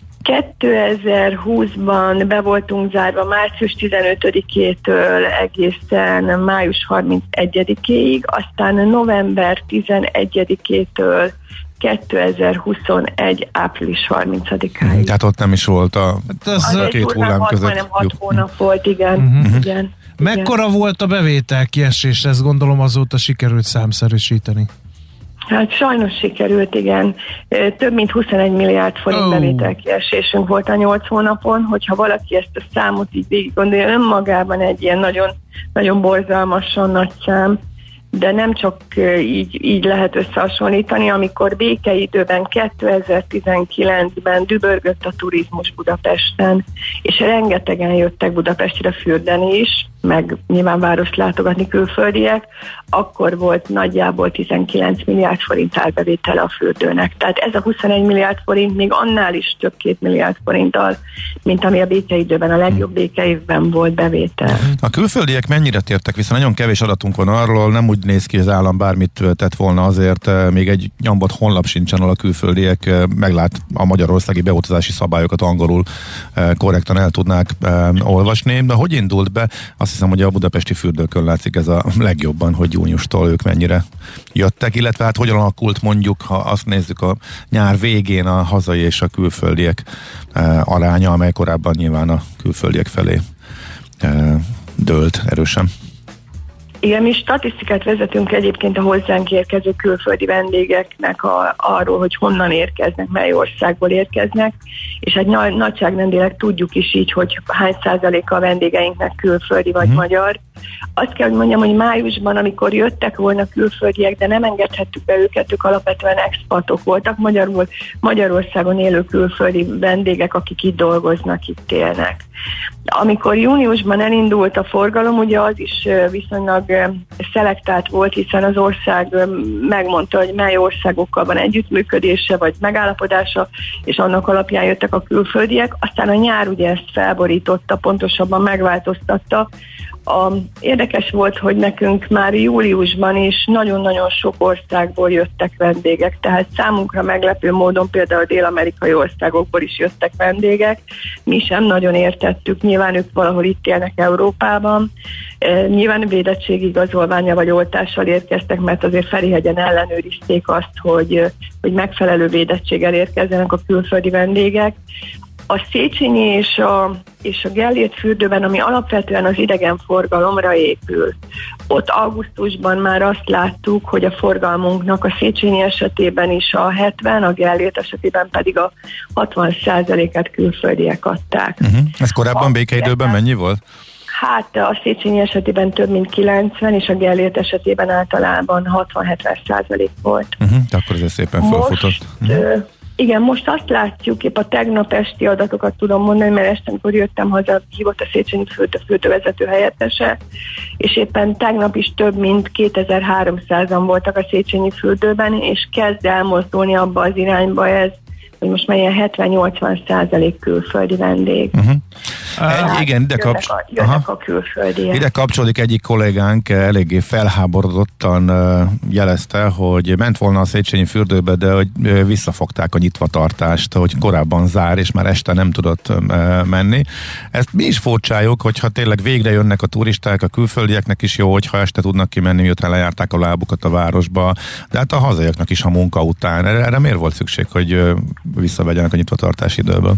2020-ban be voltunk zárva március 15-től egészen május 31-ig, aztán november 11-től 2021. április 30-áig. Tehát ott nem is volt a két hullám között. Majdnem 6 hónap volt, igen. Igen. Mekkora volt a bevétel kiesés? Ezt gondolom azóta sikerült számszerűsíteni. Hát sajnos sikerült, igen. Több mint 21 milliárd forint bevételkiesésünk volt a 8 hónapon, hogyha valaki ezt a számot így végig gondolja, önmagában egy ilyen nagyon, nagyon borzalmasan nagy szám, de nem csak így lehet összehasonlítani, amikor békeidőben 2019-ben dübörgött a turizmus Budapesten, és rengetegen jöttek Budapestre fürdeni is, meg nyilván várost látogatni külföldiek, akkor volt nagyjából 19 milliárd forint árbevétele a fürdőnek. Tehát ez a 21 milliárd forint még annál is több 2 milliárd forinttal, mint ami a békeidőben, a legjobb békeévben volt bevétel. A külföldiek mennyire tértek vissza? Nagyon kevés adatunk van arról, nem úgy néz ki, az állam bármit tett volna azért, még egy nyombat honlap sincsen, ahol a külföldiek meglát a magyarországi beutazási szabályokat angolul korrektan el tudnák olvasni. De hogy indult be? Azt hiszem, hogy a budapesti fürdőkön látszik ez a legjobban, hogy júniustól ők mennyire jöttek, illetve hát hogyan alakult mondjuk, ha azt nézzük a nyár végén a hazai és a külföldiek aránya, amely korábban nyilván a külföldiek felé dőlt erősen. Igen, mi statisztikát vezetünk egyébként a hozzánk érkező külföldi vendégeknek arról, hogy honnan érkeznek, mely országból érkeznek, és hát nagyságrendileg tudjuk is így, hogy hány százaléka a vendégeinknek külföldi vagy magyar. Azt kell, hogy mondjam, hogy májusban, amikor jöttek volna külföldiek, de nem engedhettük be őket, ők alapvetően expatok voltak, Magyarországon élő külföldi vendégek, akik itt dolgoznak, itt élnek. Amikor júniusban elindult a forgalom, ugye az is viszonylag szelektált volt, hiszen az ország megmondta, hogy mely országokkal van együttműködése, vagy megállapodása, és annak alapján jöttek a külföldiek. Aztán a nyár ugye ezt felborította, pontosabban megváltoztatta. Érdekes volt, hogy nekünk már júliusban is nagyon-nagyon sok országból jöttek vendégek, tehát számunkra meglepő módon például dél-amerikai országokból is jöttek vendégek. Mi sem nagyon értettük, nyilván ők valahol itt élnek Európában. Nyilván védettségigazolványa vagy oltással érkeztek, mert azért Ferihegyen ellenőrizték azt, hogy megfelelő védettséggel érkezzenek a külföldi vendégek. A Széchenyi és a Gellért fürdőben, ami alapvetően az idegenforgalomra épül, ott augusztusban már azt láttuk, hogy a forgalmunknak a Széchenyi esetében is a 70, a Gellért esetében pedig a 60%-át külföldiek adták. Ez korábban békeidőben mennyi volt? Hát a Széchenyi esetében több mint 90, és a Gellért esetében általában 60-70% volt. Akkor ez szépen felfutott. Igen, most azt látjuk, épp a tegnap esti adatokat tudom mondani, mert este, amikor jöttem haza, hívott a Széchenyi fürdővezető helyettese, és éppen tegnap is több mint 2300-an voltak a Széchenyi fürdőben, és kezd elmozdulni abba az irányba ez, hogy most már ilyen 70-80% külföldi vendég. Igen, jönnek a külföldiek. Ide kapcsolódik egyik kollégánk, eléggé felháborodottan jelezte, hogy ment volna a Széchenyi fürdőbe, de hogy visszafogták a nyitvatartást, hogy korábban zár, és már este nem tudott menni. Ezt mi is furcsáljuk, hogyha tényleg végre jönnek a turisták, a külföldieknek is jó, hogyha este tudnak kimenni, miután lejárták a lábukat a városba, de hát a hazaiaknak is a munka után. Erre miért volt szükség, hogy visszavegyenek a nyitvatartási időből?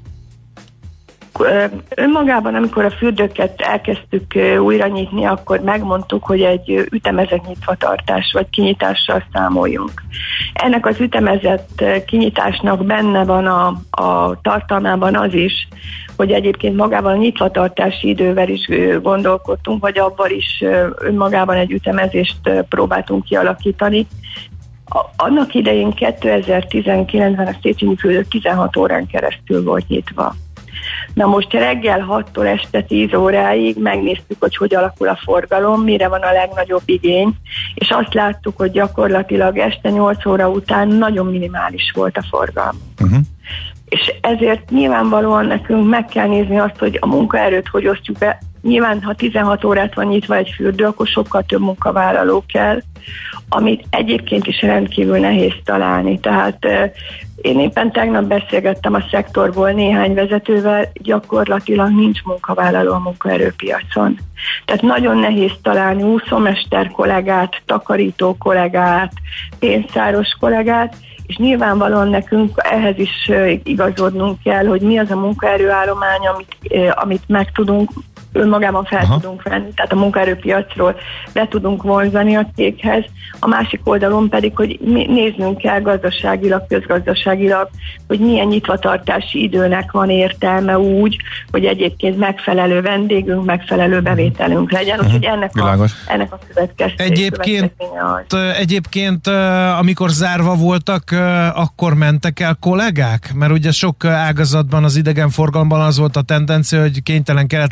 Önmagában, amikor a fürdőket elkezdtük újra nyitni, akkor megmondtuk, hogy egy ütemezett nyitvatartás vagy kinyitással számoljunk. Ennek az ütemezett kinyitásnak benne van a tartalmában az is, hogy egyébként magában a nyitvatartási idővel is gondolkodtunk, vagy abban is önmagában egy ütemezést próbáltunk kialakítani. Annak idején 2019-ben a Széchenyi fürdő 16 órán keresztül volt nyitva. Na most reggel 6-tól este 10 óráig megnéztük, hogy alakul a forgalom, mire van a legnagyobb igény, és azt láttuk, hogy gyakorlatilag este 8 óra után nagyon minimális volt a forgalom. És ezért nyilvánvalóan nekünk meg kell nézni azt, hogy a munkaerőt hogy osztjuk be. Nyilván, ha 16 órát van nyitva egy fürdő, akkor sokkal több munkavállaló kell, amit egyébként is rendkívül nehéz találni. Tehát én éppen tegnap beszélgettem a szektorból néhány vezetővel, gyakorlatilag nincs munkavállaló a munkaerőpiacon. Tehát nagyon nehéz találni úszómester kollégát, takarító kollégát, pénztáros kollégát, és nyilvánvalóan nekünk ehhez is igazodnunk kell, hogy mi az a munkaerőállomány, amit meg tudunk, önmagában fel tudunk venni, tehát a munkaerőpiacról be tudunk vonzani a céghez. A másik oldalon pedig, hogy néznünk kell gazdaságilag, közgazdaságilag, hogy milyen nyitvatartási időnek van értelme úgy, hogy egyébként megfelelő vendégünk, megfelelő bevételünk legyen. Úgyhogy ennek a következménye Egyébként, amikor zárva voltak, akkor mentek el kollégák? Mert ugye sok ágazatban, az idegenforgalomban az volt a tendencia, hogy kénytelen, keletlen bezárt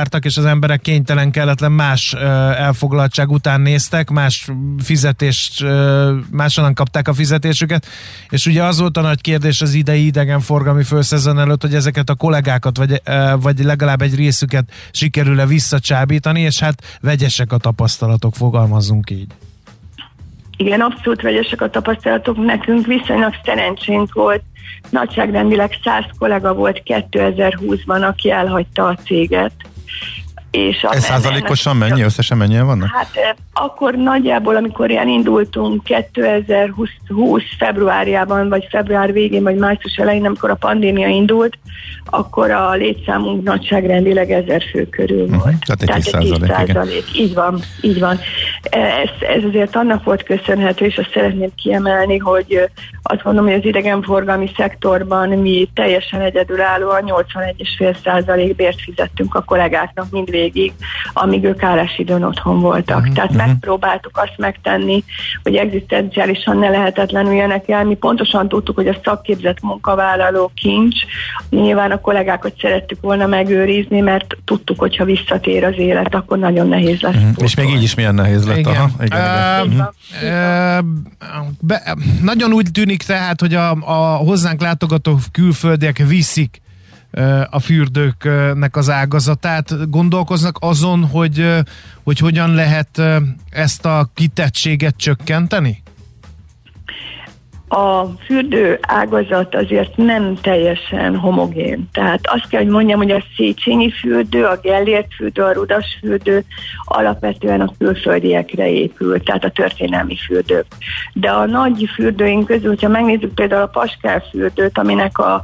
jártak, és az emberek kelletlen más elfoglaltság után néztek, más fizetést, máshonnan kapták a fizetésüket, és ugye az volt a nagy kérdés az idei idegenforgalmi főszezon előtt, hogy ezeket a kollégákat, vagy legalább egy részüket sikerül-e visszacsábítani, és hát vegyesek a tapasztalatok, fogalmazzunk így. Igen, abszolút vegyesek a tapasztalatok. Nekünk viszonylag szerencsénk volt. Nagyságrendileg 100 kollega volt 2020-ban, aki elhagyta a céget. És ez százalékosan mennyi? Összesen mennyien vannak? Hát akkor nagyjából, amikor elindultunk 2020 februárjában, vagy február végén, vagy március elején, amikor a pandémia indult, akkor a létszámunk nagyságrendileg 1000 fő körül volt. Tehát egy 10%. Így van. Ez azért annak volt köszönhető, és azt szeretném kiemelni, hogy azt mondom, hogy az idegenforgalmi szektorban mi teljesen egyedülállóan 81,5% bért fizettünk a kollégáknak mindvégig, amíg ők állásidőn otthon voltak. Tehát megpróbáltuk azt megtenni, hogy egzisztenciálisan ne lehetetlenüljenek el. Mi pontosan tudtuk, hogy a szakképzett munkavállaló kincs. Nyilván a kollégákat szerettük volna megőrizni, mert tudtuk, hogy ha visszatér az élet, akkor nagyon nehéz lesz. És még így is milyen nehéz lett. Igen. Nagyon úgy tűnik tehát, hogy a hozzánk látogató külföldiek viszik a fürdőknek az ágazatát. Gondolkoznak azon, hogy hogyan lehet ezt a kitettséget csökkenteni? A fürdő ágazat azért nem teljesen homogén. Tehát azt kell, hogy mondjam, hogy a Széchenyi fürdő, a Gellért fürdő, a Rudas fürdő alapvetően a külföldiekre épül, tehát a történelmi fürdők. De a nagy fürdőink közül, hogyha megnézzük például a Paskál fürdőt, aminek a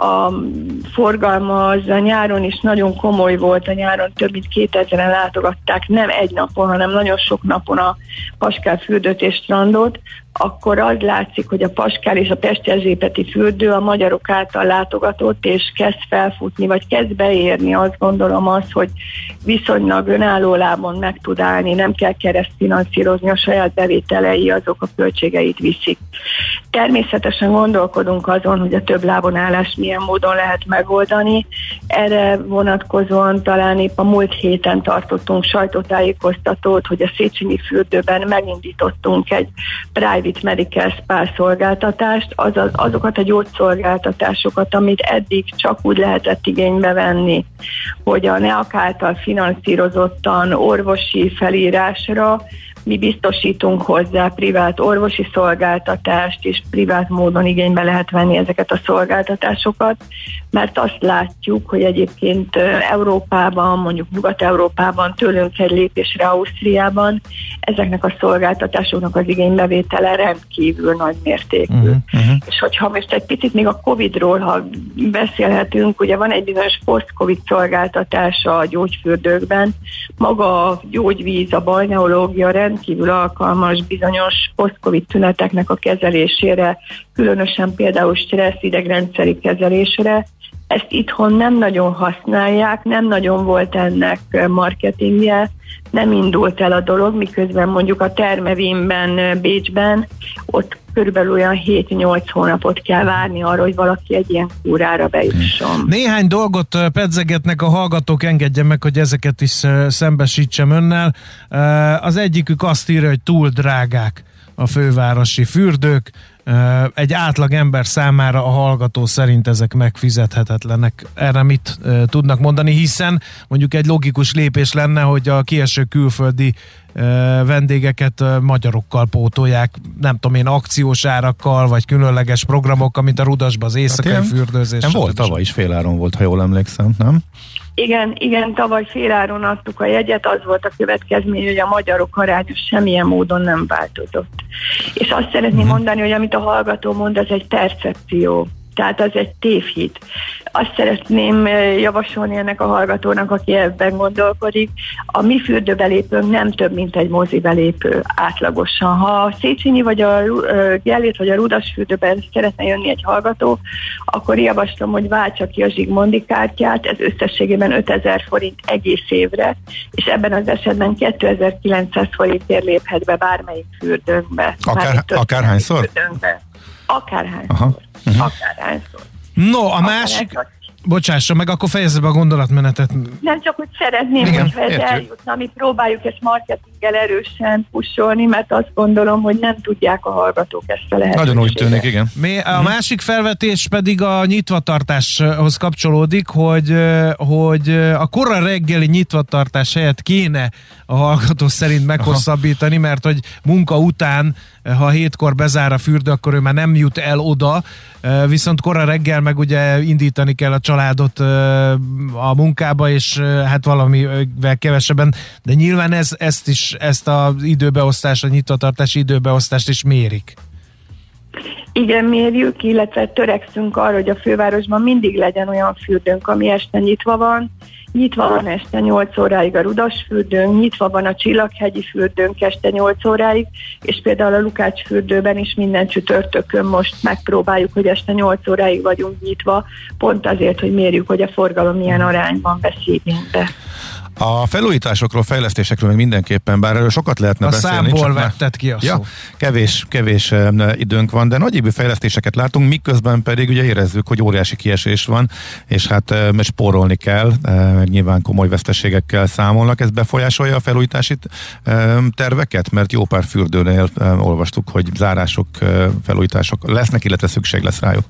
forgalma az a nyáron is nagyon komoly volt, a nyáron több mint 2000-en látogatták, nem egy napon, hanem nagyon sok napon a Paskál fürdőt és strandot, akkor az látszik, hogy a Paskál és a Pesterzsébeti fürdő a magyarok által látogatott, és kezd felfutni, vagy kezd beérni, azt gondolom hogy viszonylag önálló lábon meg tud állni, nem kell keresztfinanszírozni, a saját bevételei azok a költségeit viszik. Természetesen gondolkodunk azon, hogy a több lábon állás milyen módon lehet megoldani. Erre vonatkozóan talán épp a múlt héten tartottunk sajtótájékoztatót, hogy a Széchenyi fürdőben megindítottunk egy private medical spa szolgáltatást, azokat a gyógyszolgáltatásokat, amit eddig csak úgy lehetett igénybe venni, hogy a NEAK által finanszírozottan orvosi felírásra mi biztosítunk hozzá privát orvosi szolgáltatást, és privát módon igénybe lehet venni ezeket a szolgáltatásokat, mert azt látjuk, hogy egyébként Európában, mondjuk Nyugat-Európában, tőlünk egy lépésre Ausztriában ezeknek a szolgáltatásoknak az igénybevétele rendkívül nagy mértékű. És hogyha most egy picit még a Covid-ról, ha beszélhetünk, ugye van egy bizonyos post-Covid szolgáltatása a gyógyfürdőkben, maga a gyógyvíz, a balneológia rendkívül alkalmas bizonyos post-Covid tüneteknek a kezelésére, különösen például stressz idegrendszeri kezelésre. Ezt itthon nem nagyon használják, nem nagyon volt ennek marketingje, nem indult el a dolog, miközben mondjuk a Termevimben, Bécsben, ott körülbelül olyan 7-8 hónapot kell várni arra, hogy valaki egy ilyen kúrára bejusson. Néhány dolgot pedzegetnek a hallgatók, engedje meg, hogy ezeket is szembesítsem önnel. Az egyikük azt írja, hogy túl drágák a fővárosi fürdők. Egy átlag ember számára a hallgató szerint ezek megfizethetetlenek. Erre mit tudnak mondani, hiszen mondjuk egy logikus lépés lenne, hogy a kieső külföldi vendégeket magyarokkal pótolják, nem tudom én, akciós árakkal, vagy különleges programokkal, mint a Rudasban az éjszakai fürdőzés. Nem volt, tavaly is féláron volt, ha jól emlékszem, nem? Igen, tavaly féláron adtuk a jegyet, az volt a következmény, hogy a magyarok aránya semmilyen módon nem változott. És azt szeretném mondani, hogy amit a hallgató mond, az egy percepció. Tehát az egy tévhit. Azt szeretném javasolni ennek a hallgatónak, aki ebben gondolkodik. A mi fürdőbelépőnk nem több, mint egy mozibelépő átlagosan. Ha a Széchenyi vagy a Gellért vagy a Rudas fürdőben szeretne jönni egy hallgató, akkor javaslom, hogy váltsa ki a Zsigmondi kártyát, ez összességében 5000 forint egész évre, és ebben az esetben 2900 forintért léphet be bármelyik fürdőnkbe. Akárhányszor? Akárhányszor. No, a másik... Bocsássa meg, akkor fejezze be a gondolatmenetet. Nem csak, hogy szeretném, hogyha ez eljutna, mi próbáljuk ezt marketinggel erősen pusolni, mert azt gondolom, hogy nem tudják a hallgatók ezt a lehetőséget. Nagyon úgy tűnik, igen. A másik felvetés pedig a nyitvatartáshoz kapcsolódik, hogy a kora reggeli nyitvatartás helyett kéne a hallgató szerint meghosszabbítani, mert hogy munka után, ha 7-kor bezár a fürdő, akkor ő már nem jut el oda, viszont kora reggel meg ugye indítani kell a családot a munkába, és hát valamivel kevesebben, de nyilván ezt az időbeosztást, a nyitvatartási időbeosztást is mérik. Igen, mérjük, illetve törekszünk arra, hogy a fővárosban mindig legyen olyan fürdőnk, ami este nyitva van. Nyitva van este 8 óráig a Rudas fürdőnk, nyitva van a Csillaghegyi fürdőnk este 8 óráig, és például a Lukács fürdőben is minden csütörtökön most megpróbáljuk, hogy este 8 óráig vagyunk nyitva, pont azért, hogy mérjük, hogy a forgalom milyen arányban vesz igénybe. A felújításokról, fejlesztésekről még mindenképpen, bár erről sokat lehetne beszélni. A számból vetted ki a szó. Kevés időnk van, de nagyébbű fejlesztéseket látunk, miközben pedig ugye érezzük, hogy óriási kiesés van, és hát spórolni kell, meg nyilván komoly veszteségekkel számolnak. Ez befolyásolja a felújítási terveket? Mert jó pár fürdőnél olvastuk, hogy zárások, felújítások lesznek, illetve szükség lesz rájuk.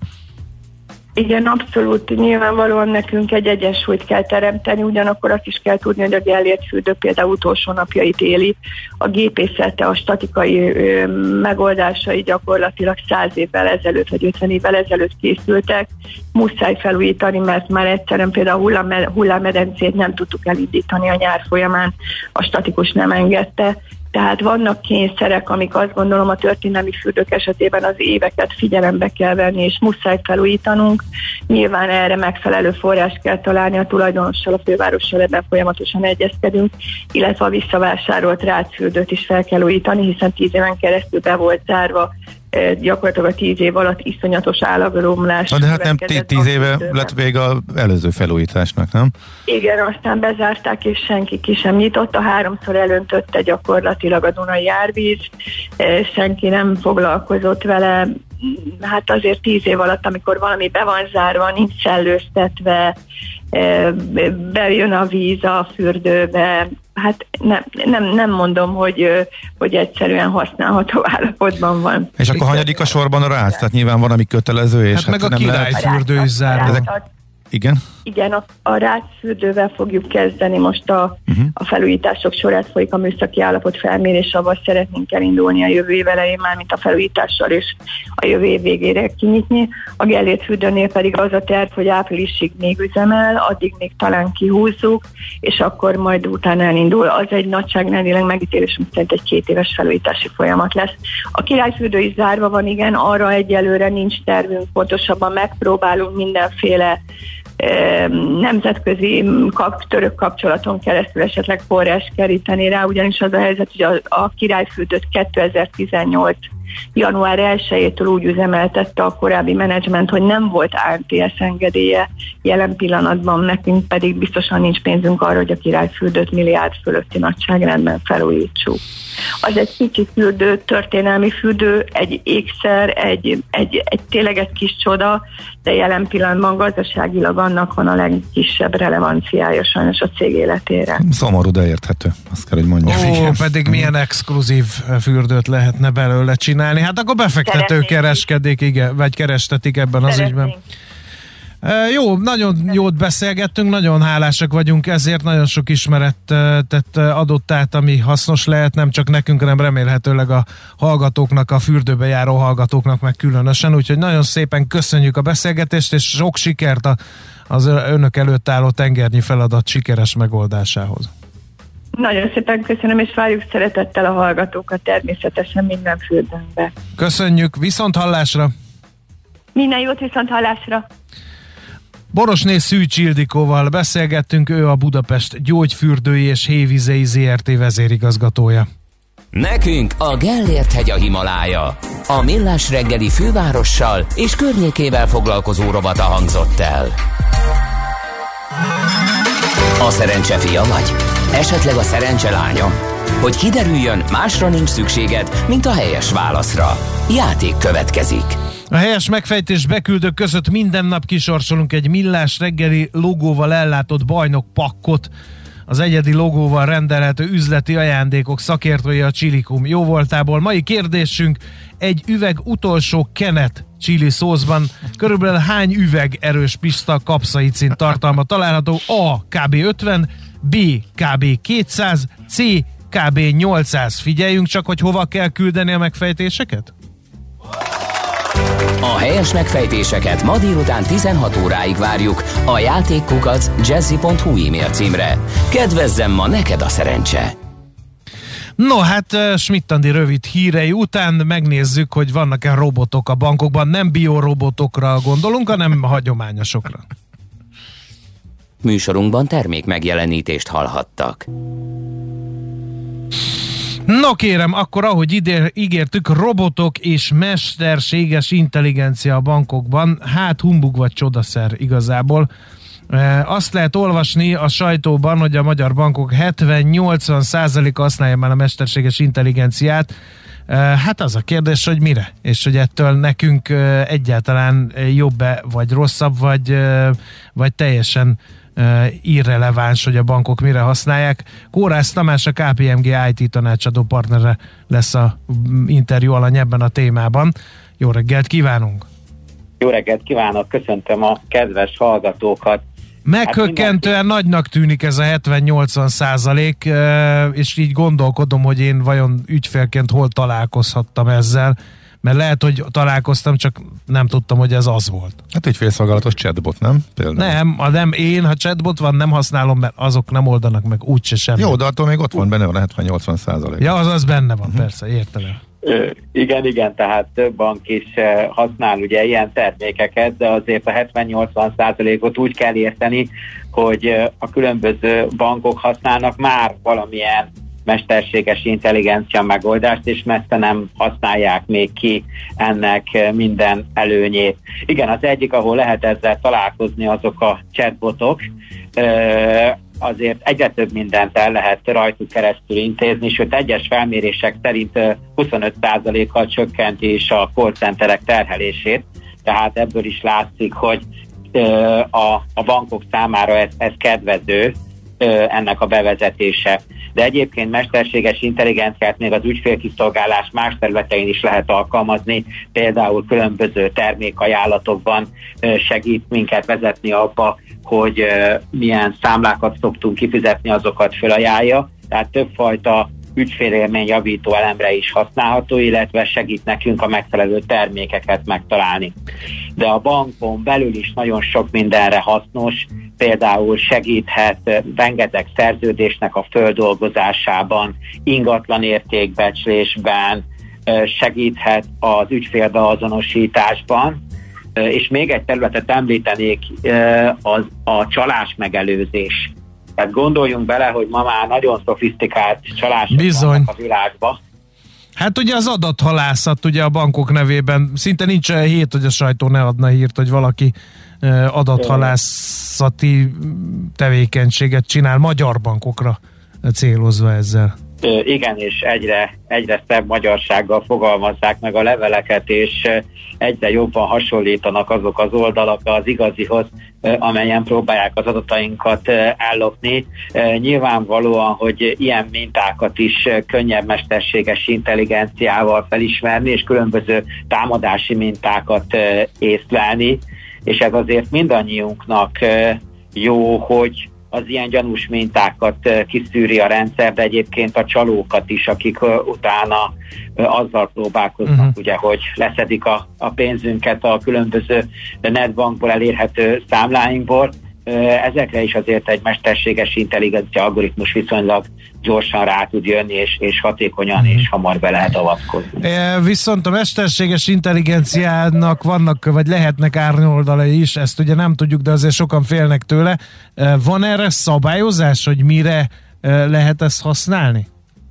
Igen, abszolút. Nyilvánvalóan nekünk egy egyensúlyt kell teremteni, ugyanakkor azt is kell tudni, hogy a Gellért fürdő például utolsó napjait éli. A gépészete, a statikai megoldásai gyakorlatilag 100 évvel ezelőtt, vagy 50 évvel ezelőtt készültek. Muszáj felújítani, mert már egyszerűen például a hullámmedencét nem tudtuk elindítani a nyár folyamán, a statikus nem engedte. Tehát vannak kényszerek, amik azt gondolom a történelmi fürdők esetében az éveket figyelembe kell venni, és muszáj felújítanunk. Nyilván erre megfelelő forrást kell találni, a tulajdonossal, a fővárossal ebben folyamatosan egyezkedünk, illetve a visszavásárolt Rácz-fürdőt is fel kell újítani, hiszen 10 éven keresztül be volt zárva, gyakorlatilag a 10 év alatt iszonyatos állagromlás. De hát nem 10 éve lett vége az előző felújításnak, nem? Igen, aztán bezárták, és senki ki sem nyitotta, 3-szor elöntötte gyakorlatilag a Dunai árvíz, senki nem foglalkozott vele, hát azért 10 év alatt, amikor valami be van zárva, nincs szellőztetve, bejön a víz a fürdőbe, hát nem mondom, hogy egyszerűen használható állapotban van. És akkor hanyadik a sorban a Rácz? Tehát nyilván van, ami kötelező, és hát meg a Királyfürdő is zárva. Igen? Igen, a Rácz fürdővel fogjuk kezdeni most a felújítások sorát, folyik a műszaki állapot felmérés, avval szeretnénk elindulni a jövő év elején, már mint a felújítással, és a jövő év végére kinyitni. A Gellért fürdőnél pedig az a terv, hogy áprilisig még üzemel, addig még talán kihúzzuk, és akkor majd utána elindul. Az egy nagyságrendileg megítélésünk szerint egy 2 éves felújítási folyamat lesz. A Királyfürdő is zárva van, igen, arra egyelőre nincs tervünk, pontosabban megpróbálunk mindenféle nemzetközi török kapcsolaton keresztül esetleg forrás keríteni rá, ugyanis az a helyzet, hogy a Királyfürdőt 2018 január 1-től úgy üzemeltette a korábbi menedzsment, hogy nem volt ANTS engedélye, jelen pillanatban nekünk pedig biztosan nincs pénzünk arra, hogy a Királyfürdőt milliárd fölötti nagyságrendben felújítsuk. Az egy kicsi fürdő, történelmi fürdő, egy ékszer, egy tényleg egy kis csoda, de jelen pillanatban gazdaságilag annak van a legkisebb relevanciája sajnos a cég életére. Szomorú, de érthető, azt kell, hogy mondjam. Pedig milyen exkluzív fürdőt lehetne belőle csinálni. Hát akkor befektetők kereskedik, igen, vagy kerestetik ebben az ügyben. Jó, nagyon jót beszélgettünk, nagyon hálásak vagyunk ezért, nagyon sok ismeretet adott át, ami hasznos lehet, nem csak nekünk, hanem remélhetőleg a hallgatóknak, a fürdőbe járó hallgatóknak meg különösen, úgyhogy nagyon szépen köszönjük a beszélgetést, és sok sikert az önök előtt álló tengernyi feladat sikeres megoldásához. Nagyon szépen köszönöm, és várjuk szeretettel a hallgatókat természetesen minden fürdőnkbe. Köszönjük, viszont hallásra! Minden jót, viszont hallásra! Borosné Szűcs Ildikóval beszélgettünk, ő a Budapest Gyógyfürdői és Hévizei ZRT vezérigazgatója. Nekünk a Gellért-hegy a Himalája. A Millás reggeli fővárossal és környékével foglalkozó rovata hangzott el. A szerencse fia vagy? Esetleg a szerencse lánya? Hogy kiderüljön, másra nincs szükséged, mint a helyes válaszra. Játék következik. A helyes megfejtés beküldők között minden nap kisorsolunk egy Millás reggeli logóval ellátott bajnok pakkot. Az egyedi logóval rendelhető üzleti ajándékok szakértője a Chilikum jóvoltából. Mai kérdésünk: egy üveg utolsó kenet chili szószban körülbelül hány üveg erős pista kapszaicin tartalma található? A. kb. 50, B. kb. 200, C. kb. 800. Figyeljünk csak, hogy hova kell küldeni a megfejtéseket? A helyes megfejtéseket ma délután 16 óráig várjuk a játékkukac@jazzy.hu e-mail címre. Kedvezzem ma neked a szerencse! No, hát Schmidt-Andi rövid hírei után megnézzük, hogy vannak-e robotok a bankokban. Nem biorobotokra gondolunk, hanem hagyományosokra. Műsorunkban termék megjelenítést hallhattak. No kérem, akkor ahogy ígértük, robotok és mesterséges intelligencia a bankokban, hát humbug vagy csodaszer igazából. Azt lehet olvasni a sajtóban, hogy a magyar bankok 70-80%-a használja már a mesterséges intelligenciát. Hát az a kérdés, hogy mire, és hogy ettől nekünk egyáltalán jobb-e, vagy rosszabb, vagy teljesen irreleváns, hogy a bankok mire használják. Kórász Tamás, a KPMG IT tanácsadó partnere lesz a interjú alany ebben a témában. Jó reggelt kívánunk! Jó reggelt kívánok, köszöntöm a kedves hallgatókat! Meghökkentően nagynak tűnik ez a 70-80%, és így gondolkodom, hogy én vajon ügyfélként hol találkozhattam ezzel, mert lehet, hogy találkoztam, csak nem tudtam, hogy ez az volt. Hát ügyfélszolgálatos chatbot, nem? Például. Nem én, ha chatbot van, nem használom, mert azok nem oldanak meg úgyse semmi. Jó, de attól még ott van benne a 70-80%. Ja, az benne van, persze, értelem. Igen, tehát több bank is használ ugye ilyen termékeket, de azért a 70-80%-ot úgy kell érteni, hogy a különböző bankok használnak már valamilyen mesterséges intelligencia megoldást, és messze nem használják még ki ennek minden előnyét. Igen, az egyik, ahol lehet ezzel találkozni, azok a chatbotok, azért egyre több mindent el lehet rajtuk keresztül intézni, sőt egyes felmérések szerint 25%-kal csökkenti is a call centerek terhelését, tehát ebből is látszik, hogy a bankok számára ez kedvező, ennek a bevezetése. De egyébként mesterséges intelligenciát még az ügyfélkiszolgálás más területein is lehet alkalmazni, például különböző termékajánlatokban segít minket vezetni abba, hogy milyen számlákat szoktunk kifizetni, azokat felajánlja, tehát többfajta ügyfélélmény javító elemre is használható, illetve segít nekünk a megfelelő termékeket megtalálni. De a bankon belül is nagyon sok mindenre hasznos, például segíthet rengeteg szerződésnek a földolgozásában, ingatlan értékbecslésben, segíthet az ügyfélbeazonosításban, és még egy területet említenék, az a csalás megelőzés. Tehát gondoljunk bele, hogy ma már nagyon szofisztikált csalások vannak a világban. Hát ugye az adathalászat ugye a bankok nevében szinte nincs hét, hogy a sajtó ne adna hírt, hogy valaki adathalászati tevékenységet csinál magyar bankokra célozva ezzel. Igen, és egyre szebb magyarsággal fogalmazzák meg a leveleket, és egyre jobban hasonlítanak azok az oldalak az igazihoz, amelyen próbálják az adatainkat ellopni. Nyilvánvalóan, hogy ilyen mintákat is könnyebb mesterséges intelligenciával felismerni, és különböző támadási mintákat észlelni, és ez azért mindannyiunknak jó, hogy az ilyen gyanús mintákat kiszűri a rendszer, de egyébként a csalókat is, akik utána azzal próbálkoznak, ugye, hogy leszedik a pénzünket a különböző netbankból elérhető számláinkból. Ezekre is azért egy mesterséges intelligencia algoritmus viszonylag gyorsan rá tud jönni, és hatékonyan és hamar be lehet avatkozni. Viszont a mesterséges intelligenciának vannak, vagy lehetnek árnyoldalai is, ezt ugye nem tudjuk, de azért sokan félnek tőle. Van erre szabályozás, hogy mire lehet ezt használni?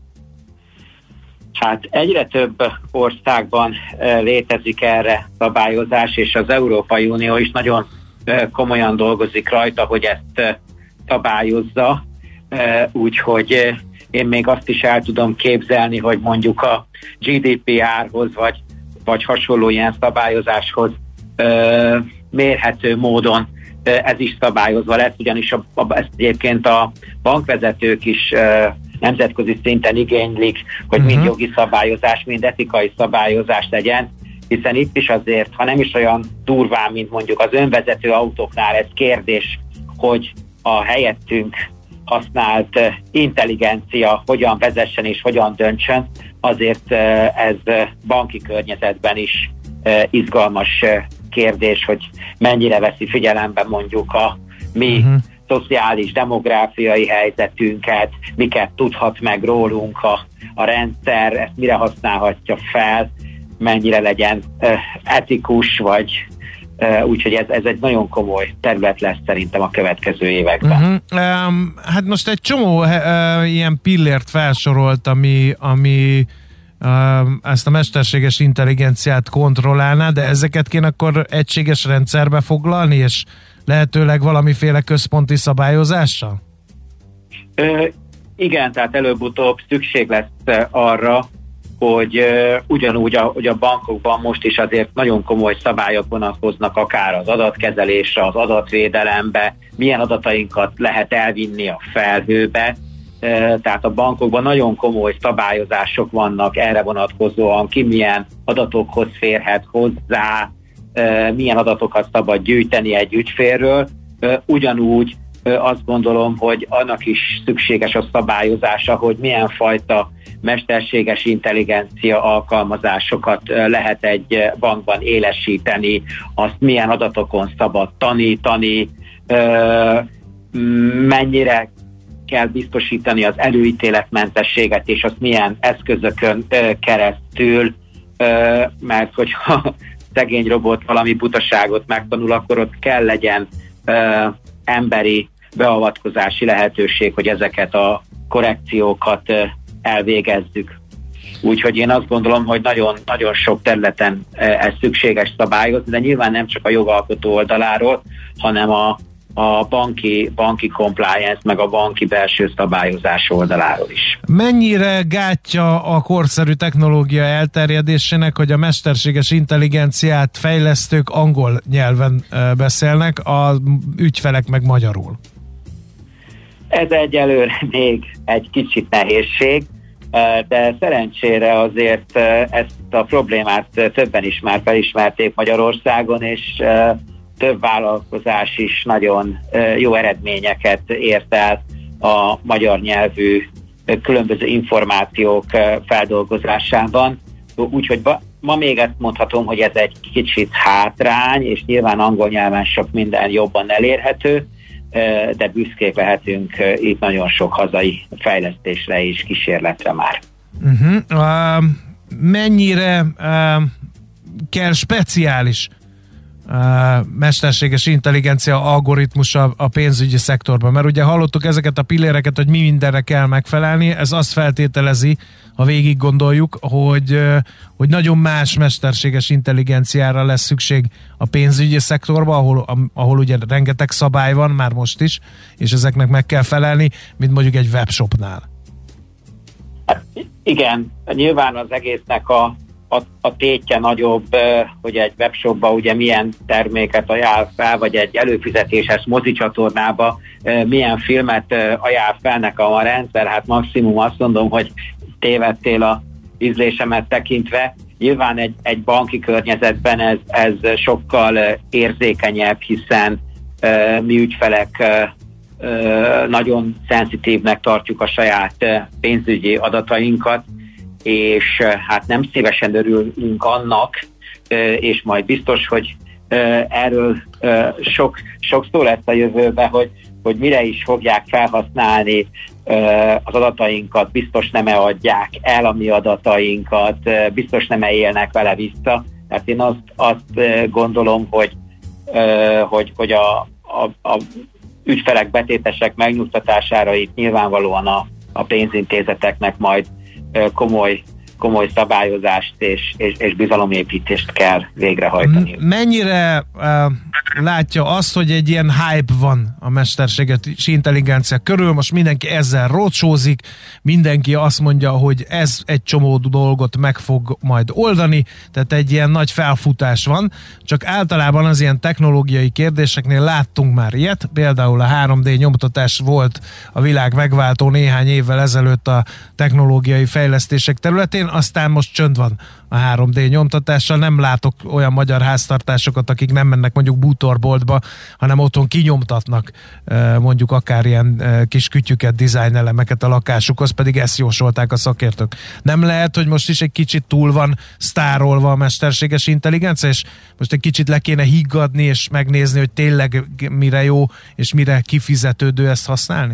Hát egyre több országban létezik erre szabályozás, és az Európai Unió is nagyon komolyan dolgozik rajta, hogy ezt szabályozza, úgyhogy én még azt is el tudom képzelni, hogy mondjuk a GDPR-hoz, vagy hasonló ilyen szabályozáshoz mérhető módon ez is szabályozva lesz, ugyanis ezt egyébként a bankvezetők is nemzetközi szinten igénylik, hogy mind jogi szabályozás, mind etikai szabályozás legyen, hiszen itt is azért, ha nem is olyan durván, mint mondjuk az önvezető autóknál, ez kérdés, hogy a helyettünk használt intelligencia hogyan vezessen és hogyan döntsön, azért ez banki környezetben is izgalmas kérdés, hogy mennyire veszi figyelembe mondjuk a mi szociális, demográfiai helyzetünket, miket tudhat meg rólunk a rendszer, ezt mire használhatja fel, mennyire legyen etikus, vagy úgyhogy ez egy nagyon komoly terület lesz szerintem a következő években. Hát most egy csomó ilyen pillért felsorolt, ami ezt a mesterséges intelligenciát kontrollálná, de ezeket kéne akkor egységes rendszerbe foglalni, és lehetőleg valamiféle központi szabályozással? Igen, tehát előbb-utóbb szükség lesz arra, hogy ugyanúgy, ahogy a bankokban most is azért nagyon komoly szabályok vonatkoznak akár az adatkezelésre, az adatvédelembe, milyen adatainkat lehet elvinni a felhőbe, tehát a bankokban nagyon komoly szabályozások vannak erre vonatkozóan, ki milyen adatokhoz férhet hozzá, milyen adatokat szabad gyűjteni egy ügyfélről. Ugyanúgy azt gondolom, hogy annak is szükséges a szabályozása, hogy milyen fajta mesterséges intelligencia alkalmazásokat lehet egy bankban élesíteni, azt milyen adatokon szabad tanítani, mennyire kell biztosítani az előítéletmentességet, és azt milyen eszközökön keresztül, mert hogyha szegény robot valami butaságot megtanul, akkor ott kell legyen emberi beavatkozási lehetőség, hogy ezeket a korrekciókat elvégezzük. Úgyhogy én azt gondolom, hogy nagyon sok területen ez szükséges szabályozni, de nyilván nem csak a jogalkotó oldaláról, hanem a banki compliance, meg a banki belső szabályozás oldaláról is. Mennyire gátja a korszerű technológia elterjedésének, hogy a mesterséges intelligenciát fejlesztők angol nyelven beszélnek, a ügyfelek meg magyarul? Ez egyelőre még egy kicsit nehézség, de szerencsére azért ezt a problémát többen is már felismerték Magyarországon, és több vállalkozás is nagyon jó eredményeket ért el a magyar nyelvű különböző információk feldolgozásában. Úgyhogy ma még ezt mondhatom, hogy ez egy kicsit hátrány, és nyilván angol nyelven sok minden jobban elérhető, de büszkék lehetünk itt nagyon sok hazai fejlesztésre és kísérletre már. Mennyire kell speciális mesterséges intelligencia algoritmus a pénzügyi szektorban? Mert ugye hallottuk ezeket a pilléreket, hogy mi mindenre kell megfelelni, ez azt feltételezi, ha végig gondoljuk, hogy nagyon más mesterséges intelligenciára lesz szükség a pénzügyi szektorban, ahol ugye rengeteg szabály van már most is, és ezeknek meg kell felelni, mint mondjuk egy webshopnál. Hát igen, nyilván az egésznek a tétje nagyobb, hogy egy webshopba ugye milyen terméket ajánl fel, vagy egy előfizetéses mozicsatornába milyen filmet ajánl fel nekem a rendszer, hát maximum azt mondom, hogy tévedtél a ízlésemet tekintve. Nyilván egy banki környezetben ez sokkal érzékenyebb, hiszen mi ügyfelek nagyon szenzitívnek tartjuk a saját pénzügyi adatainkat, és hát nem szívesen örülünk annak, és majd biztos, hogy erről sok szó lesz a jövőben, hogy mire is fogják felhasználni az adatainkat, biztos nem adják el a mi adatainkat, biztos nem élnek vele vissza. Tehát én azt gondolom, hogy a ügyfelek, betétesek megnyugtatására itt nyilvánvalóan a pénzintézeteknek majd komoly komoly szabályozást és bizalomépítést kell végrehajtani. Mennyire látja azt, hogy egy ilyen hype van a mesterséges intelligencia körül, most mindenki ezzel roadshozik, mindenki azt mondja, hogy ez egy csomó dolgot meg fog majd oldani, tehát egy ilyen nagy felfutás van, csak általában az ilyen technológiai kérdéseknél láttunk már ilyet, például a 3D nyomtatás volt a világ megváltó néhány évvel ezelőtt a technológiai fejlesztések területén, aztán most csönd van a 3D nyomtatással, nem látok olyan magyar háztartásokat, akik nem mennek mondjuk bútorboltba, hanem otthon kinyomtatnak mondjuk akár ilyen kis kütyüket, dizájnelemeket a lakásukhoz, pedig ezt jósolták a szakértők. Nem lehet, hogy most is egy kicsit túl van sztárolva a mesterséges intelligencia, és most egy kicsit le kéne higgadni, és megnézni, hogy tényleg mire jó, és mire kifizetődő ezt használni?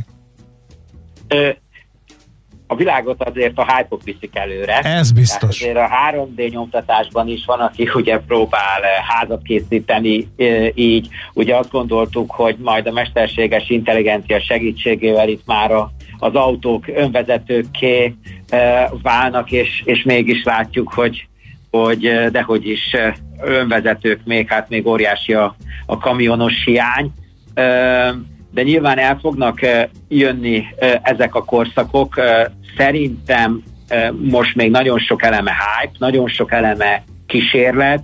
A világot azért a hype-ok viszik előre. Ez biztos. Azért a 3D nyomtatásban is van, aki ugye próbál házat készíteni így. Ugye azt gondoltuk, hogy majd a mesterséges intelligencia segítségével itt már az autók önvezetőkké válnak, és mégis látjuk, hogy dehogy is önvezetők még óriási a kamionos hiány. De nyilván el fognak jönni ezek a korszakok. Szerintem most még nagyon sok eleme hype, nagyon sok eleme kísérlet,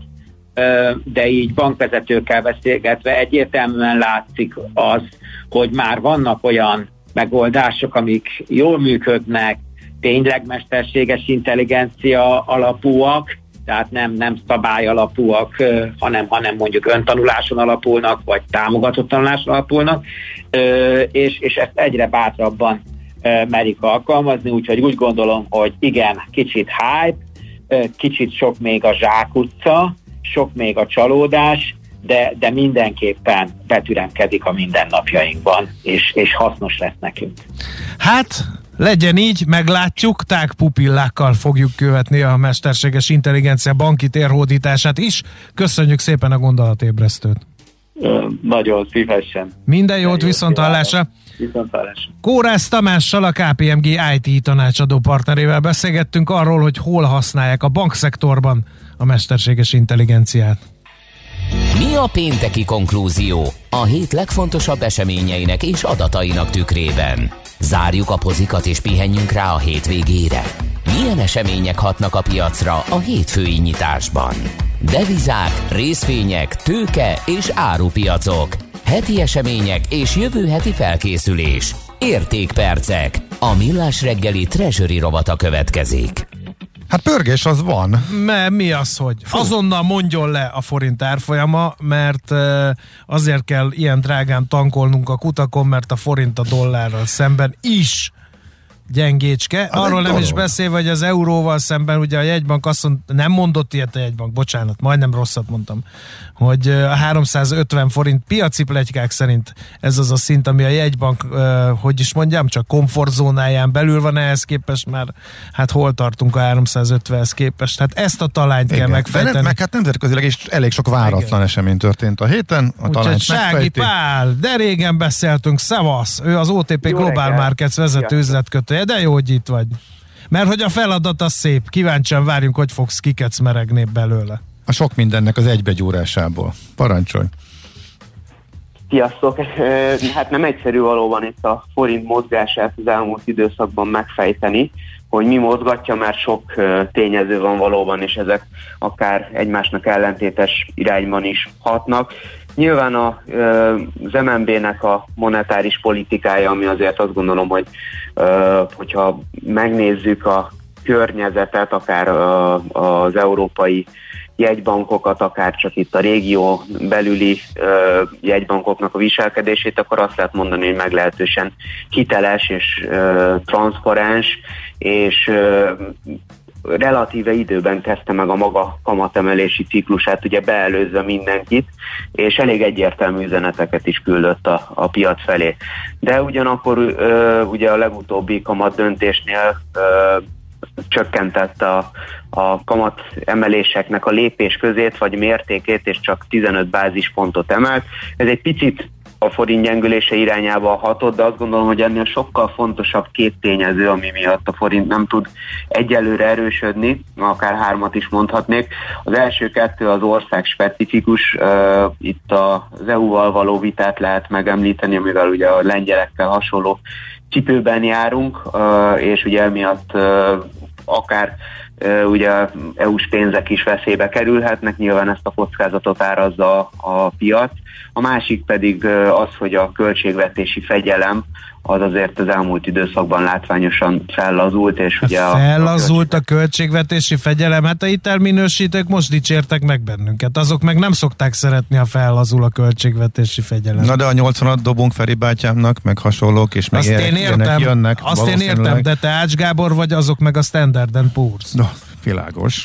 de így bankvezetőkkel beszélgetve egyértelműen látszik az, hogy már vannak olyan megoldások, amik jól működnek, tényleg mesterséges intelligencia alapúak, tehát nem szabály alapúak, hanem mondjuk öntanuláson alapulnak, vagy támogatott tanuláson alapulnak, és ezt egyre bátrabban merik alkalmazni, úgyhogy úgy gondolom, hogy igen, kicsit hype, kicsit sok még a zsákutca, sok még a csalódás, de mindenképpen betüremkedik a mindennapjainkban, és hasznos lesz nekünk. Hát, legyen így, meglátjuk, tág pupillákkal fogjuk követni a mesterséges intelligencia banki térhódítását is. Köszönjük szépen a gondolatébresztőt. Nagyon szívesen. Minden jót, viszonthallásra. Kórász Tamással, a KPMG IT tanácsadó partnerével beszélgettünk arról, hogy hol használják a bankszektorban a mesterséges intelligenciát. Mi a pénteki konklúzió a hét legfontosabb eseményeinek és adatainak tükrében? Zárjuk a pozikat és pihenjünk rá a hétvégére. Milyen események hatnak a piacra a hétfői nyitásban? Devizák, részvények, tőke és árupiacok. Heti események és jövő heti felkészülés. Értékpercek. A Millás reggeli Treasury rovata következik. Hát pörgés az van. Mi az, hogy azonnal mondjon le a forint árfolyama, mert azért kell ilyen drágán tankolnunk a kutakon, mert a forint a dollárral szemben is gyengécske. Arról nem is beszélve, hogy az euróval szemben ugye a jegybank azt mondta, nem mondott ilyet a jegybank, bocsánat, majdnem rosszat mondtam, hogy a 350 forint piaci pletykák szerint ez az a szint, ami a jegybank, hogy is mondjam, csak komfortzónáján belül van, ehhez képest már, hát hol tartunk a 350-hez képest, hát ezt a talányt kell megfejteni. Meg hát nemzetközileg is elég sok váratlan esemény történt a héten, a talányt Sági Pál, de régen beszéltünk, szevasz, ő az OTP Jó Global reggel. Markets vezető üzletkötője, de jó, hogy itt vagy. Mert hogy a feladat az szép, kíváncsian várjunk, hogy fogsz kikecmeregni belőle. A sok mindennek az egybegyúrásából. Parancsolj! Sziasztok! Hát nem egyszerű valóban itt a forint mozgását az elmúlt időszakban megfejteni, hogy mi mozgatja, mert sok tényező van valóban, és ezek akár egymásnak ellentétes irányban is hatnak. Nyilván az MNB-nek a monetáris politikája, ami azért azt gondolom, hogy hogyha megnézzük a környezetet, akár az európai jegybankokat, akár csak itt a régió belüli jegybankoknak a viselkedését, akkor azt lehet mondani, hogy meglehetősen hiteles és transzparens, és relatíve időben kezdte meg a maga kamatemelési ciklusát, ugye beelőzve mindenkit, és elég egyértelmű üzeneteket is küldött a piac felé. De ugyanakkor ugye a legutóbbi kamat döntésnél csökkentett a kamat emeléseknek a lépés közét, vagy mértékét, és csak 15 bázispontot emelt. Ez egy picit a forint gyengülése irányába hatott, de azt gondolom, hogy ennél sokkal fontosabb két tényező, ami miatt a forint nem tud egyelőre erősödni, akár hármat is mondhatnék. Az első kettő az ország specifikus, itt az EU-val való vitát lehet megemlíteni, amivel ugye a lengyelekkel hasonló cipőben járunk, és ugye emiatt akár ugye EU-s pénzek is veszélybe kerülhetnek, nyilván ezt a kockázatot árazza a piac. A másik pedig az, hogy a költségvetési fegyelem az azért az elmúlt időszakban látványosan fellazult, és ugye fellazult a költségvetési fegyelem, hát a hitelminősítők most dicsértek meg bennünket, azok meg nem szokták szeretni, ha fellazul a költségvetési fegyelem. Na de a 80-at dobunk Feri bátyámnak, meg hasonlók, és meg jönnek. Azt én értem, de te Ács Gábor vagy, azok meg a Standard & Poor's. No, világos.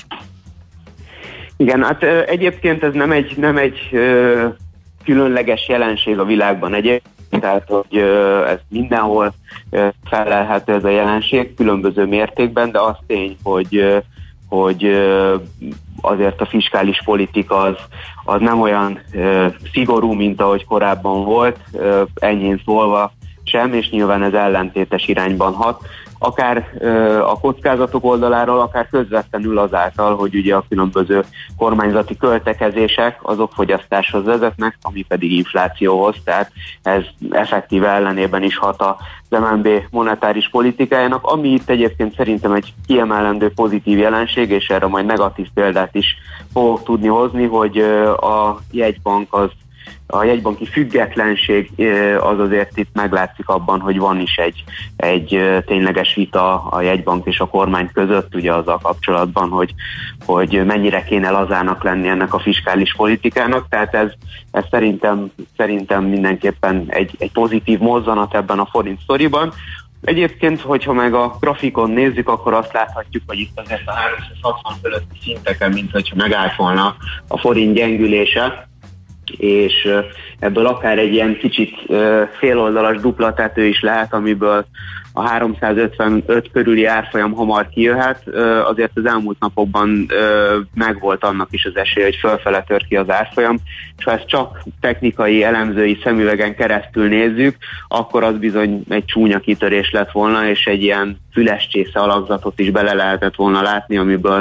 Igen, hát egyébként ez nem egy különleges jelenség a világban egyébként, tehát hogy ez mindenhol felelhető ez a jelenség különböző mértékben, de az tény, hogy azért a fiskális politika az nem olyan szigorú, mint ahogy korábban volt, enyhén szólva sem, és nyilván ez ellentétes irányban hat. Akár a kockázatok oldaláról, akár közvetlenül azáltal, hogy ugye a különböző kormányzati költekezések azok fogyasztáshoz vezetnek, ami pedig inflációhoz, tehát ez effektív ellenében is hat az MNB monetáris politikájának, ami itt egyébként szerintem egy kiemelendő pozitív jelenség, és erre majd negatív példát is fogok tudni hozni, hogy a jegybanki függetlenség az azért itt meglátszik abban, hogy van is egy tényleges vita a jegybank és a kormány között, ugye azzal kapcsolatban, hogy mennyire kéne lazának lenni ennek a fiskális politikának, tehát ez szerintem mindenképpen egy pozitív mozzanat ebben a forint sztoriban. Egyébként, hogyha meg a grafikon nézzük, akkor azt láthatjuk, hogy itt azért a 360 fölötti szinteken, mint hogyha megállt volna a forint gyengülése, és ebből akár egy ilyen kicsit féloldalas duplatető is lehet, amiből a 355 körüli árfolyam hamar kijöhet. Azért az elmúlt napokban megvolt annak is az esély, hogy fölfele tör ki az árfolyam, és ha ezt csak technikai elemzői szemüvegen keresztül nézzük, akkor az bizony egy csúnya kitörés lett volna, és egy ilyen füles csésze alakzatot is bele lehetett volna látni,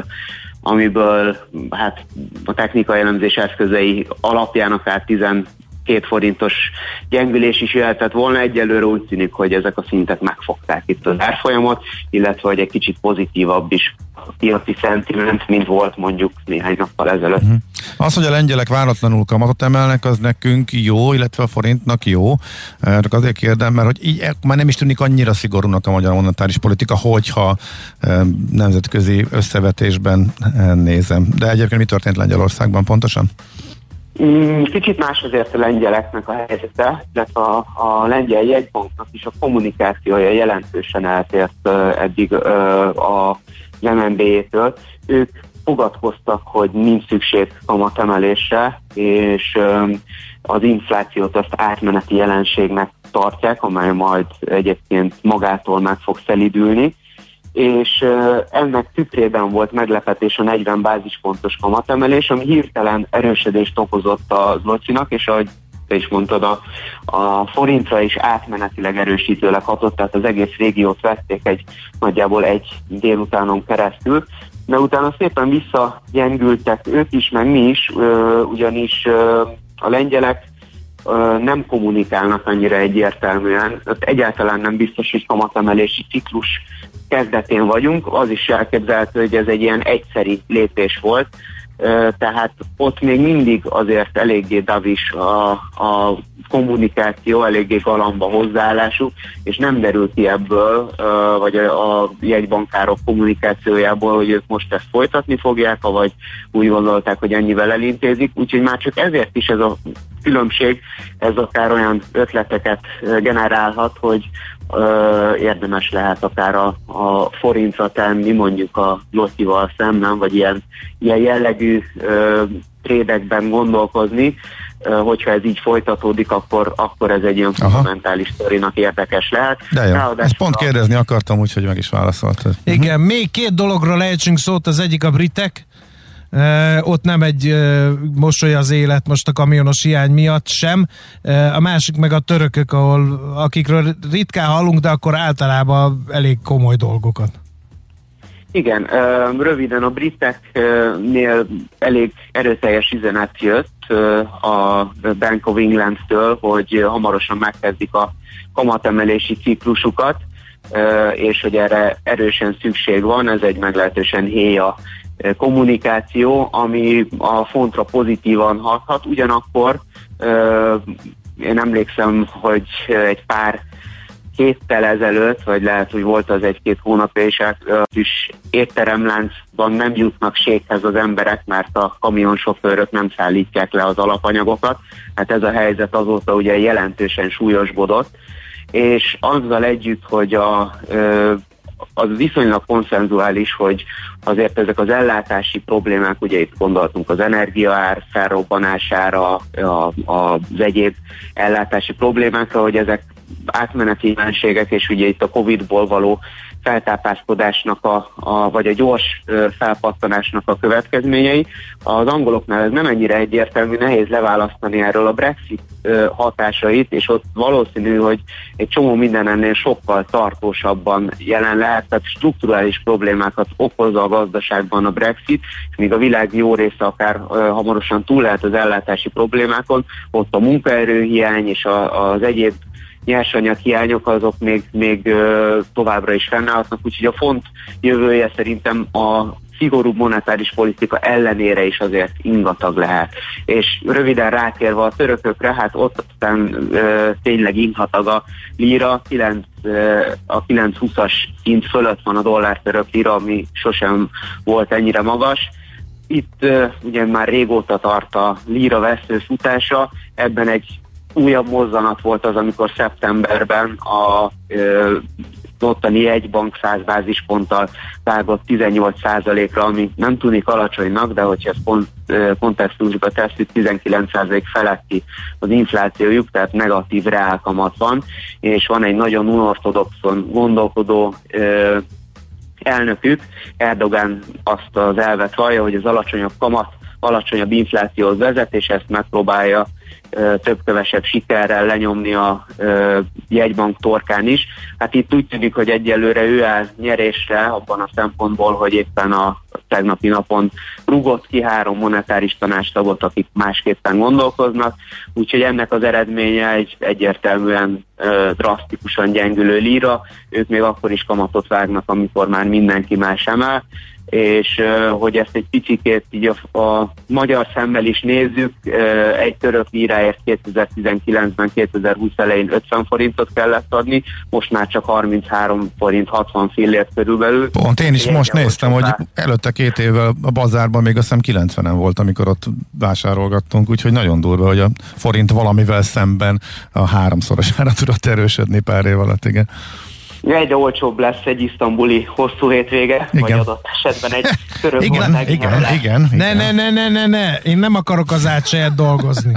amiből hát a technikai elemzés eszközei alapján akár 12 forintos gyengülés is jöhetett volna. Egyelőre úgy tűnik, hogy ezek a szintek megfogták itt az árfolyamot, illetve hogy egy kicsit pozitívabb is a piaci szentiment, mint volt mondjuk néhány nappal ezelőtt. Az, hogy a lengyelek váratlanul kamatot emelnek, az nekünk jó, illetve a forintnak jó. Csak azért kérdem, mert hogy így már nem is tűnik annyira szigorúnak a magyar monetáris politika, hogyha nemzetközi összevetésben nézem. De egyébként mi történt Lengyelországban pontosan? Kicsit más azért a lengyeleknek a helyzete, illetve a lengyel jegybanknak is a kommunikációja jelentősen eltért eddig az MNB-től. Ők fogadkoztak, hogy nincs szükség kamatemelésre, és az inflációt azt átmeneti jelenségnek tartják, amely majd egyébként magától meg fog szelídülni, és ennek tükrében volt meglepetés a 40 bázispontos kamatemelés, ami hirtelen erősödést okozott a zlotyinak, és ahogy te is mondtad, a forintra is átmenetileg erősítőleg hatott, tehát az egész régiót vették nagyjából egy délutánon keresztül, de utána szépen visszagyengültek ők is, meg mi is, ugyanis a lengyelek nem kommunikálnak annyira egyértelműen, egyáltalán nem biztos, hogy kamatemelési ciklus kezdetén vagyunk, az is elképzelhető, hogy ez egy ilyen egyszeri lépés volt, tehát ott még mindig azért eléggé davis a kommunikáció, eléggé galamba hozzáállásuk, és nem derül ki ebből, vagy a jegybankárok kommunikációjából, hogy ők most ezt folytatni fogják, vagy úgy gondolták, hogy ennyivel elintézik, úgyhogy már csak ezért is ez a különbség, ez akár olyan ötleteket generálhat, hogy érdemes lehet akár a forintra tenni, mondjuk a zlotyival szemben, vagy ilyen jellegű trédekben gondolkozni, hogyha ez így folytatódik, akkor ez egy ilyen fundamentális sztorinak érdekes lehet. De jó, ezt pont kérdezni akartam, úgyhogy meg is válaszoltad. Igen, még két dologra lejtsünk szót, az egyik a britek, Ott nem egy mosoly az élet most a kamionos hiány miatt sem. A másik meg a törökök, akikről ritkán hallunk, de akkor általában elég komoly dolgokat. Igen, röviden a briteknél elég erőteljes üzenet jött a Bank of England-től, hogy hamarosan megkezdik a kamatemelési ciklusukat, és hogy erre erősen szükség van. Ez egy meglehetősen héja kommunikáció, ami a fontra pozitívan hathat. Ugyanakkor én emlékszem, hogy egy pár héttel ezelőtt, vagy lehet, hogy volt az 1-2 hónapja is étteremláncban nem jutnak séghez az emberek, mert a kamionsofőrök nem szállítják le az alapanyagokat. Hát ez a helyzet azóta ugye jelentősen súlyosbodott, és azzal együtt, hogy az viszonylag konszenzuális, hogy azért ezek az ellátási problémák, ugye itt gondoltunk az energiaár felrobbanására, az egyéb ellátási problémákra, hogy ezek átmeneti jelenségek, és ugye itt a Covid-ból való feltápászkodásnak vagy a gyors felpattanásnak a következményei. Az angoloknál ez nem ennyire egyértelmű, nehéz leválasztani erről a Brexit hatásait, és ott valószínű, hogy egy csomó minden ennél sokkal tartósabban jelen lehet, tehát strukturális problémákat okozza a gazdaságban a Brexit, és míg a világ jó része akár hamarosan túl lehet az ellátási problémákon, ott a munkaerőhiány és az egyéb nyersanyag hiányok azok még továbbra is fennállhatnak, úgyhogy a font jövője szerintem a szigorúbb monetáris politika ellenére is azért ingatag lehet. És röviden rátérve a törökökre, hát ott aztán tényleg ingatag a lira, a 9,20-as szint fölött van a dollár-török lira, ami sosem volt ennyire magas. Itt ugye már régóta tart a lira veszőfutása, ebben egy újabb mozzanat volt az, amikor szeptemberben a ottani jegybank 100 bázisponttal vágott 18%-ra, ami nem tűnik alacsonynak, de hogyha ezt kontextusba tesszük, 19% feletti az inflációjuk, tehát negatív reálkamat van, és van egy nagyon unortodoxon gondolkodó elnökük, Erdogan azt az elvet vallja, hogy az alacsonyabb kamat alacsonyabb inflációhoz vezet, és ezt megpróbálja több-kevesebb sikerrel lenyomni a jegybank torkán is. Hát itt úgy tűnik, hogy egyelőre ő áll nyerésre abban a szempontból, hogy éppen a tegnapi napon rúgott ki 3 monetáris tanácstagot, akik másképpen gondolkoznak, úgyhogy ennek az eredménye egy egyértelműen drasztikusan gyengülő lira, ők még akkor is kamatot vágnak, amikor már mindenki más emel, és hogy ezt egy picikét így a magyar szemmel is nézzük, egy török líráért 2019-ben, 2020 elején 50 forintot kellett adni, most már csak 33 forint 60 fillért körülbelül. Pont én is most néztem, hogy előtte 2 évvel a bazárban még azt hiszem 90-en volt, amikor ott vásárolgattunk, úgyhogy nagyon durva, hogy a forint valamivel szemben a 3-szorosára tudott erősödni pár év alatt, igen. Egyre olcsóbb lesz egy isztambuli hosszú hétvége, igen. Vagy adott esetben egy török igen. Ne, én nem akarok az átseját dolgozni.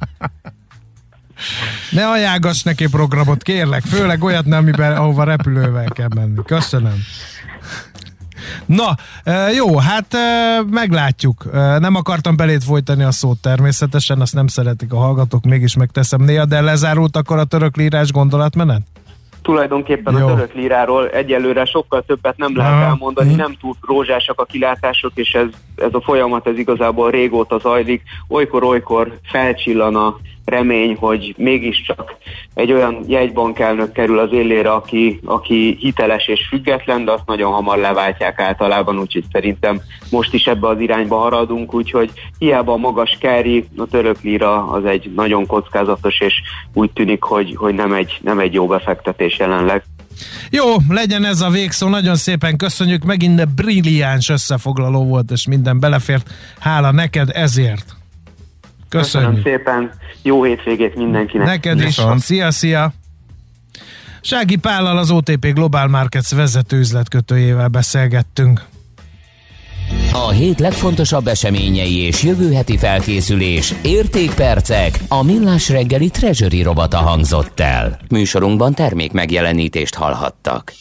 Ne ajánlgass neki programot, kérlek, főleg olyat nem, ahova repülővel kell menni. Köszönöm. Na, jó, hát meglátjuk. Nem akartam belét folytani a szót természetesen, azt nem szeretik a hallgatók, mégis megteszem néha, de lezárult akkor a török lírás gondolatmenet? Tulajdonképpen a török líráról egyelőre sokkal többet nem lehet elmondani, nem túl rózsásak a kilátások, és ez a folyamat ez igazából régóta zajlik. Olykor felcsillan a remény, hogy mégiscsak egy olyan jegybankelnök kerül az élére, aki hiteles és független, de azt nagyon hamar leváltják általában, úgyhogy szerintem most is ebbe az irányba haradunk, úgyhogy hiába a magas carry, a török líra az egy nagyon kockázatos, és úgy tűnik, hogy nem egy jó befektetés jelenleg. Jó, legyen ez a végszó, nagyon szépen köszönjük, megint brilliáns összefoglaló volt, és minden belefért, hála neked ezért. Köszönöm szépen, jó hétvégét mindenkinek. Neked is, szia! Sági Pállal, az OTP Global Markets vezető üzletkötőjével beszélgettünk. A hét legfontosabb eseményei és jövő heti felkészülés, értékpercek, a Millás reggeli Treasury robata hangzott el. Műsorunkban termék megjelenítést hallhattak.